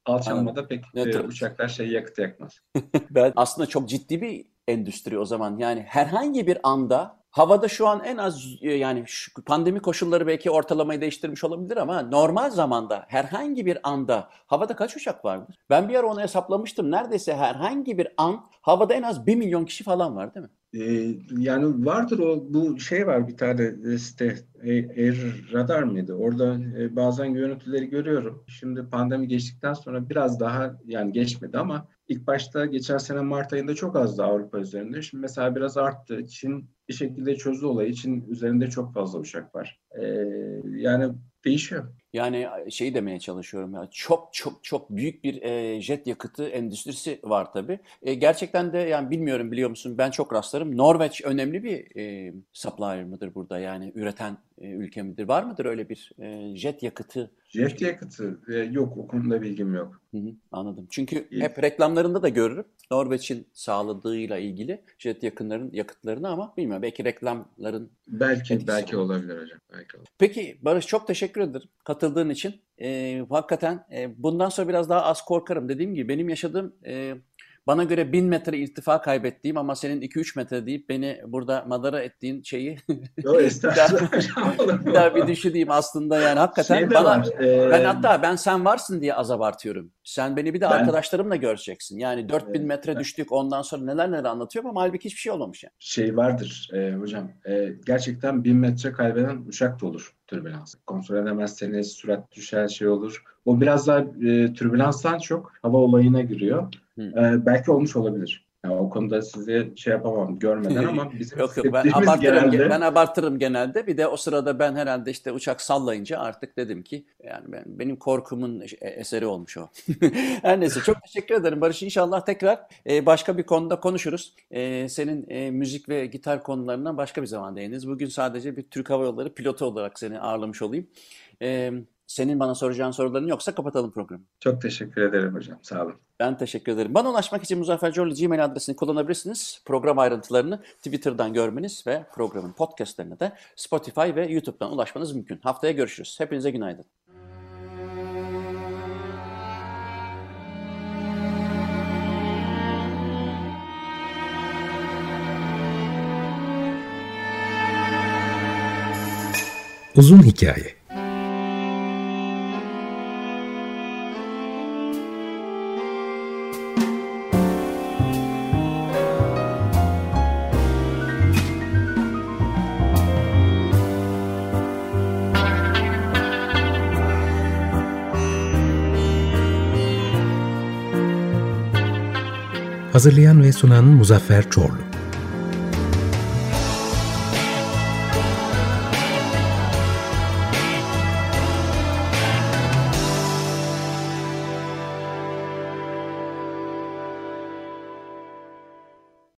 [SPEAKER 3] alçalmada pek
[SPEAKER 2] Ne
[SPEAKER 3] e,
[SPEAKER 2] tür-
[SPEAKER 3] uçaklar şey yakıt yakmaz.
[SPEAKER 2] Ben aslında çok ciddi bir endüstri o zaman. Yani herhangi bir anda havada şu an en az e, yani şu pandemi koşulları belki ortalamayı değiştirmiş olabilir ama normal zamanda herhangi bir anda havada kaç uçak vardır? Ben bir ara onu hesaplamıştım. Neredeyse herhangi bir an havada en az bir milyon kişi falan var değil mi?
[SPEAKER 3] Ee, yani vardır o bu şey var bir tane e, site e, Air Radar mıydı? Orada e, bazen görüntüleri görüyorum. Şimdi pandemi geçtikten sonra biraz daha yani geçmedi ama ilk başta geçen sene Mart ayında çok azdı Avrupa üzerinde. Şimdi mesela biraz arttı. Çin bir şekilde çözdü olayı. Çin üzerinde çok fazla uçak var. Ee, yani değişiyor.
[SPEAKER 2] Yani şey demeye çalışıyorum ya çok çok çok büyük bir e, jet yakıtı endüstrisi var tabii. E, gerçekten de yani bilmiyorum biliyor musun ben çok rastlarım. Norveç önemli bir e, supplier mıdır burada yani üreten e, ülke midir? Var mıdır öyle bir e, jet yakıtı?
[SPEAKER 3] Jet yakıtı e, yok o konuda bilgim yok.
[SPEAKER 2] Hı hı, anladım. Çünkü
[SPEAKER 3] İyi.
[SPEAKER 2] hep reklamlarında da görürüm. Norveç'in sağladığıyla ilgili jet yakınların yakıtlarını ama bilmiyorum belki reklamların
[SPEAKER 3] Belki
[SPEAKER 2] etkisi
[SPEAKER 3] belki
[SPEAKER 2] olur.
[SPEAKER 3] olabilir hocam. Belki olabilir.
[SPEAKER 2] Peki Barış çok teşekkür ederim katıldığın için. Ee, hakikaten e, bundan sonra biraz daha az korkarım. Dediğim gibi benim yaşadığım e, bana göre bin metre irtifa kaybettiğim ama senin iki üç metre deyip beni burada madara ettiğin şeyi
[SPEAKER 3] Yok
[SPEAKER 2] bir
[SPEAKER 3] estağfurullah
[SPEAKER 2] daha,
[SPEAKER 3] hocam. olur mu?
[SPEAKER 2] bir daha bir düşüneyim aslında yani hakikaten
[SPEAKER 3] Şey de
[SPEAKER 2] bana
[SPEAKER 3] var. e,
[SPEAKER 2] ben hatta ben sen varsın diye az abartıyorum. Sen beni bir de
[SPEAKER 3] ben
[SPEAKER 2] arkadaşlarımla göreceksin. Yani dört bin
[SPEAKER 3] e,
[SPEAKER 2] metre düştük ondan sonra neler neler anlatıyorum ama halbuki hiçbir şey olmamış yani.
[SPEAKER 3] şey vardır e, hocam. E, gerçekten bin metre kaybeden uçak da olur türbülans. Kontrol edemezseniz sürat düşer şey olur. O biraz daha e, türbülanstan çok hava olayına giriyor.
[SPEAKER 2] Hı.
[SPEAKER 3] E, belki olmuş olabilir. Yani o konuda size şey yapamam görmeden ama bizim
[SPEAKER 2] Yok yok ben
[SPEAKER 3] hissettiğimiz
[SPEAKER 2] abartırım
[SPEAKER 3] genelde
[SPEAKER 2] ben abartırım genelde. Bir de o sırada ben herhalde işte uçak sallayınca artık dedim ki yani ben, benim korkumun e- eseri olmuş o. Her neyse çok teşekkür ederim Barış. İnşallah tekrar e, başka bir konuda konuşuruz. E, senin e, müzik ve gitar konularına başka bir zaman değiniriz. Bugün sadece bir Türk Hava Yolları pilotu olarak seni ağırlamış olayım. E, senin bana soracağın soruların yoksa kapatalım programı.
[SPEAKER 3] çok teşekkür ederim hocam. Sağ olun.
[SPEAKER 2] Ben teşekkür ederim. Bana ulaşmak için Muzaffer Corlu Gmail adresini kullanabilirsiniz. Program ayrıntılarını Twitter'dan görmeniz ve programın podcastlerine de Spotify ve YouTube'dan ulaşmanız mümkün. Haftaya görüşürüz. Hepinize günaydın.
[SPEAKER 1] Uzun hikaye. Hazırlayan ve sunan Muzaffer Çorlu.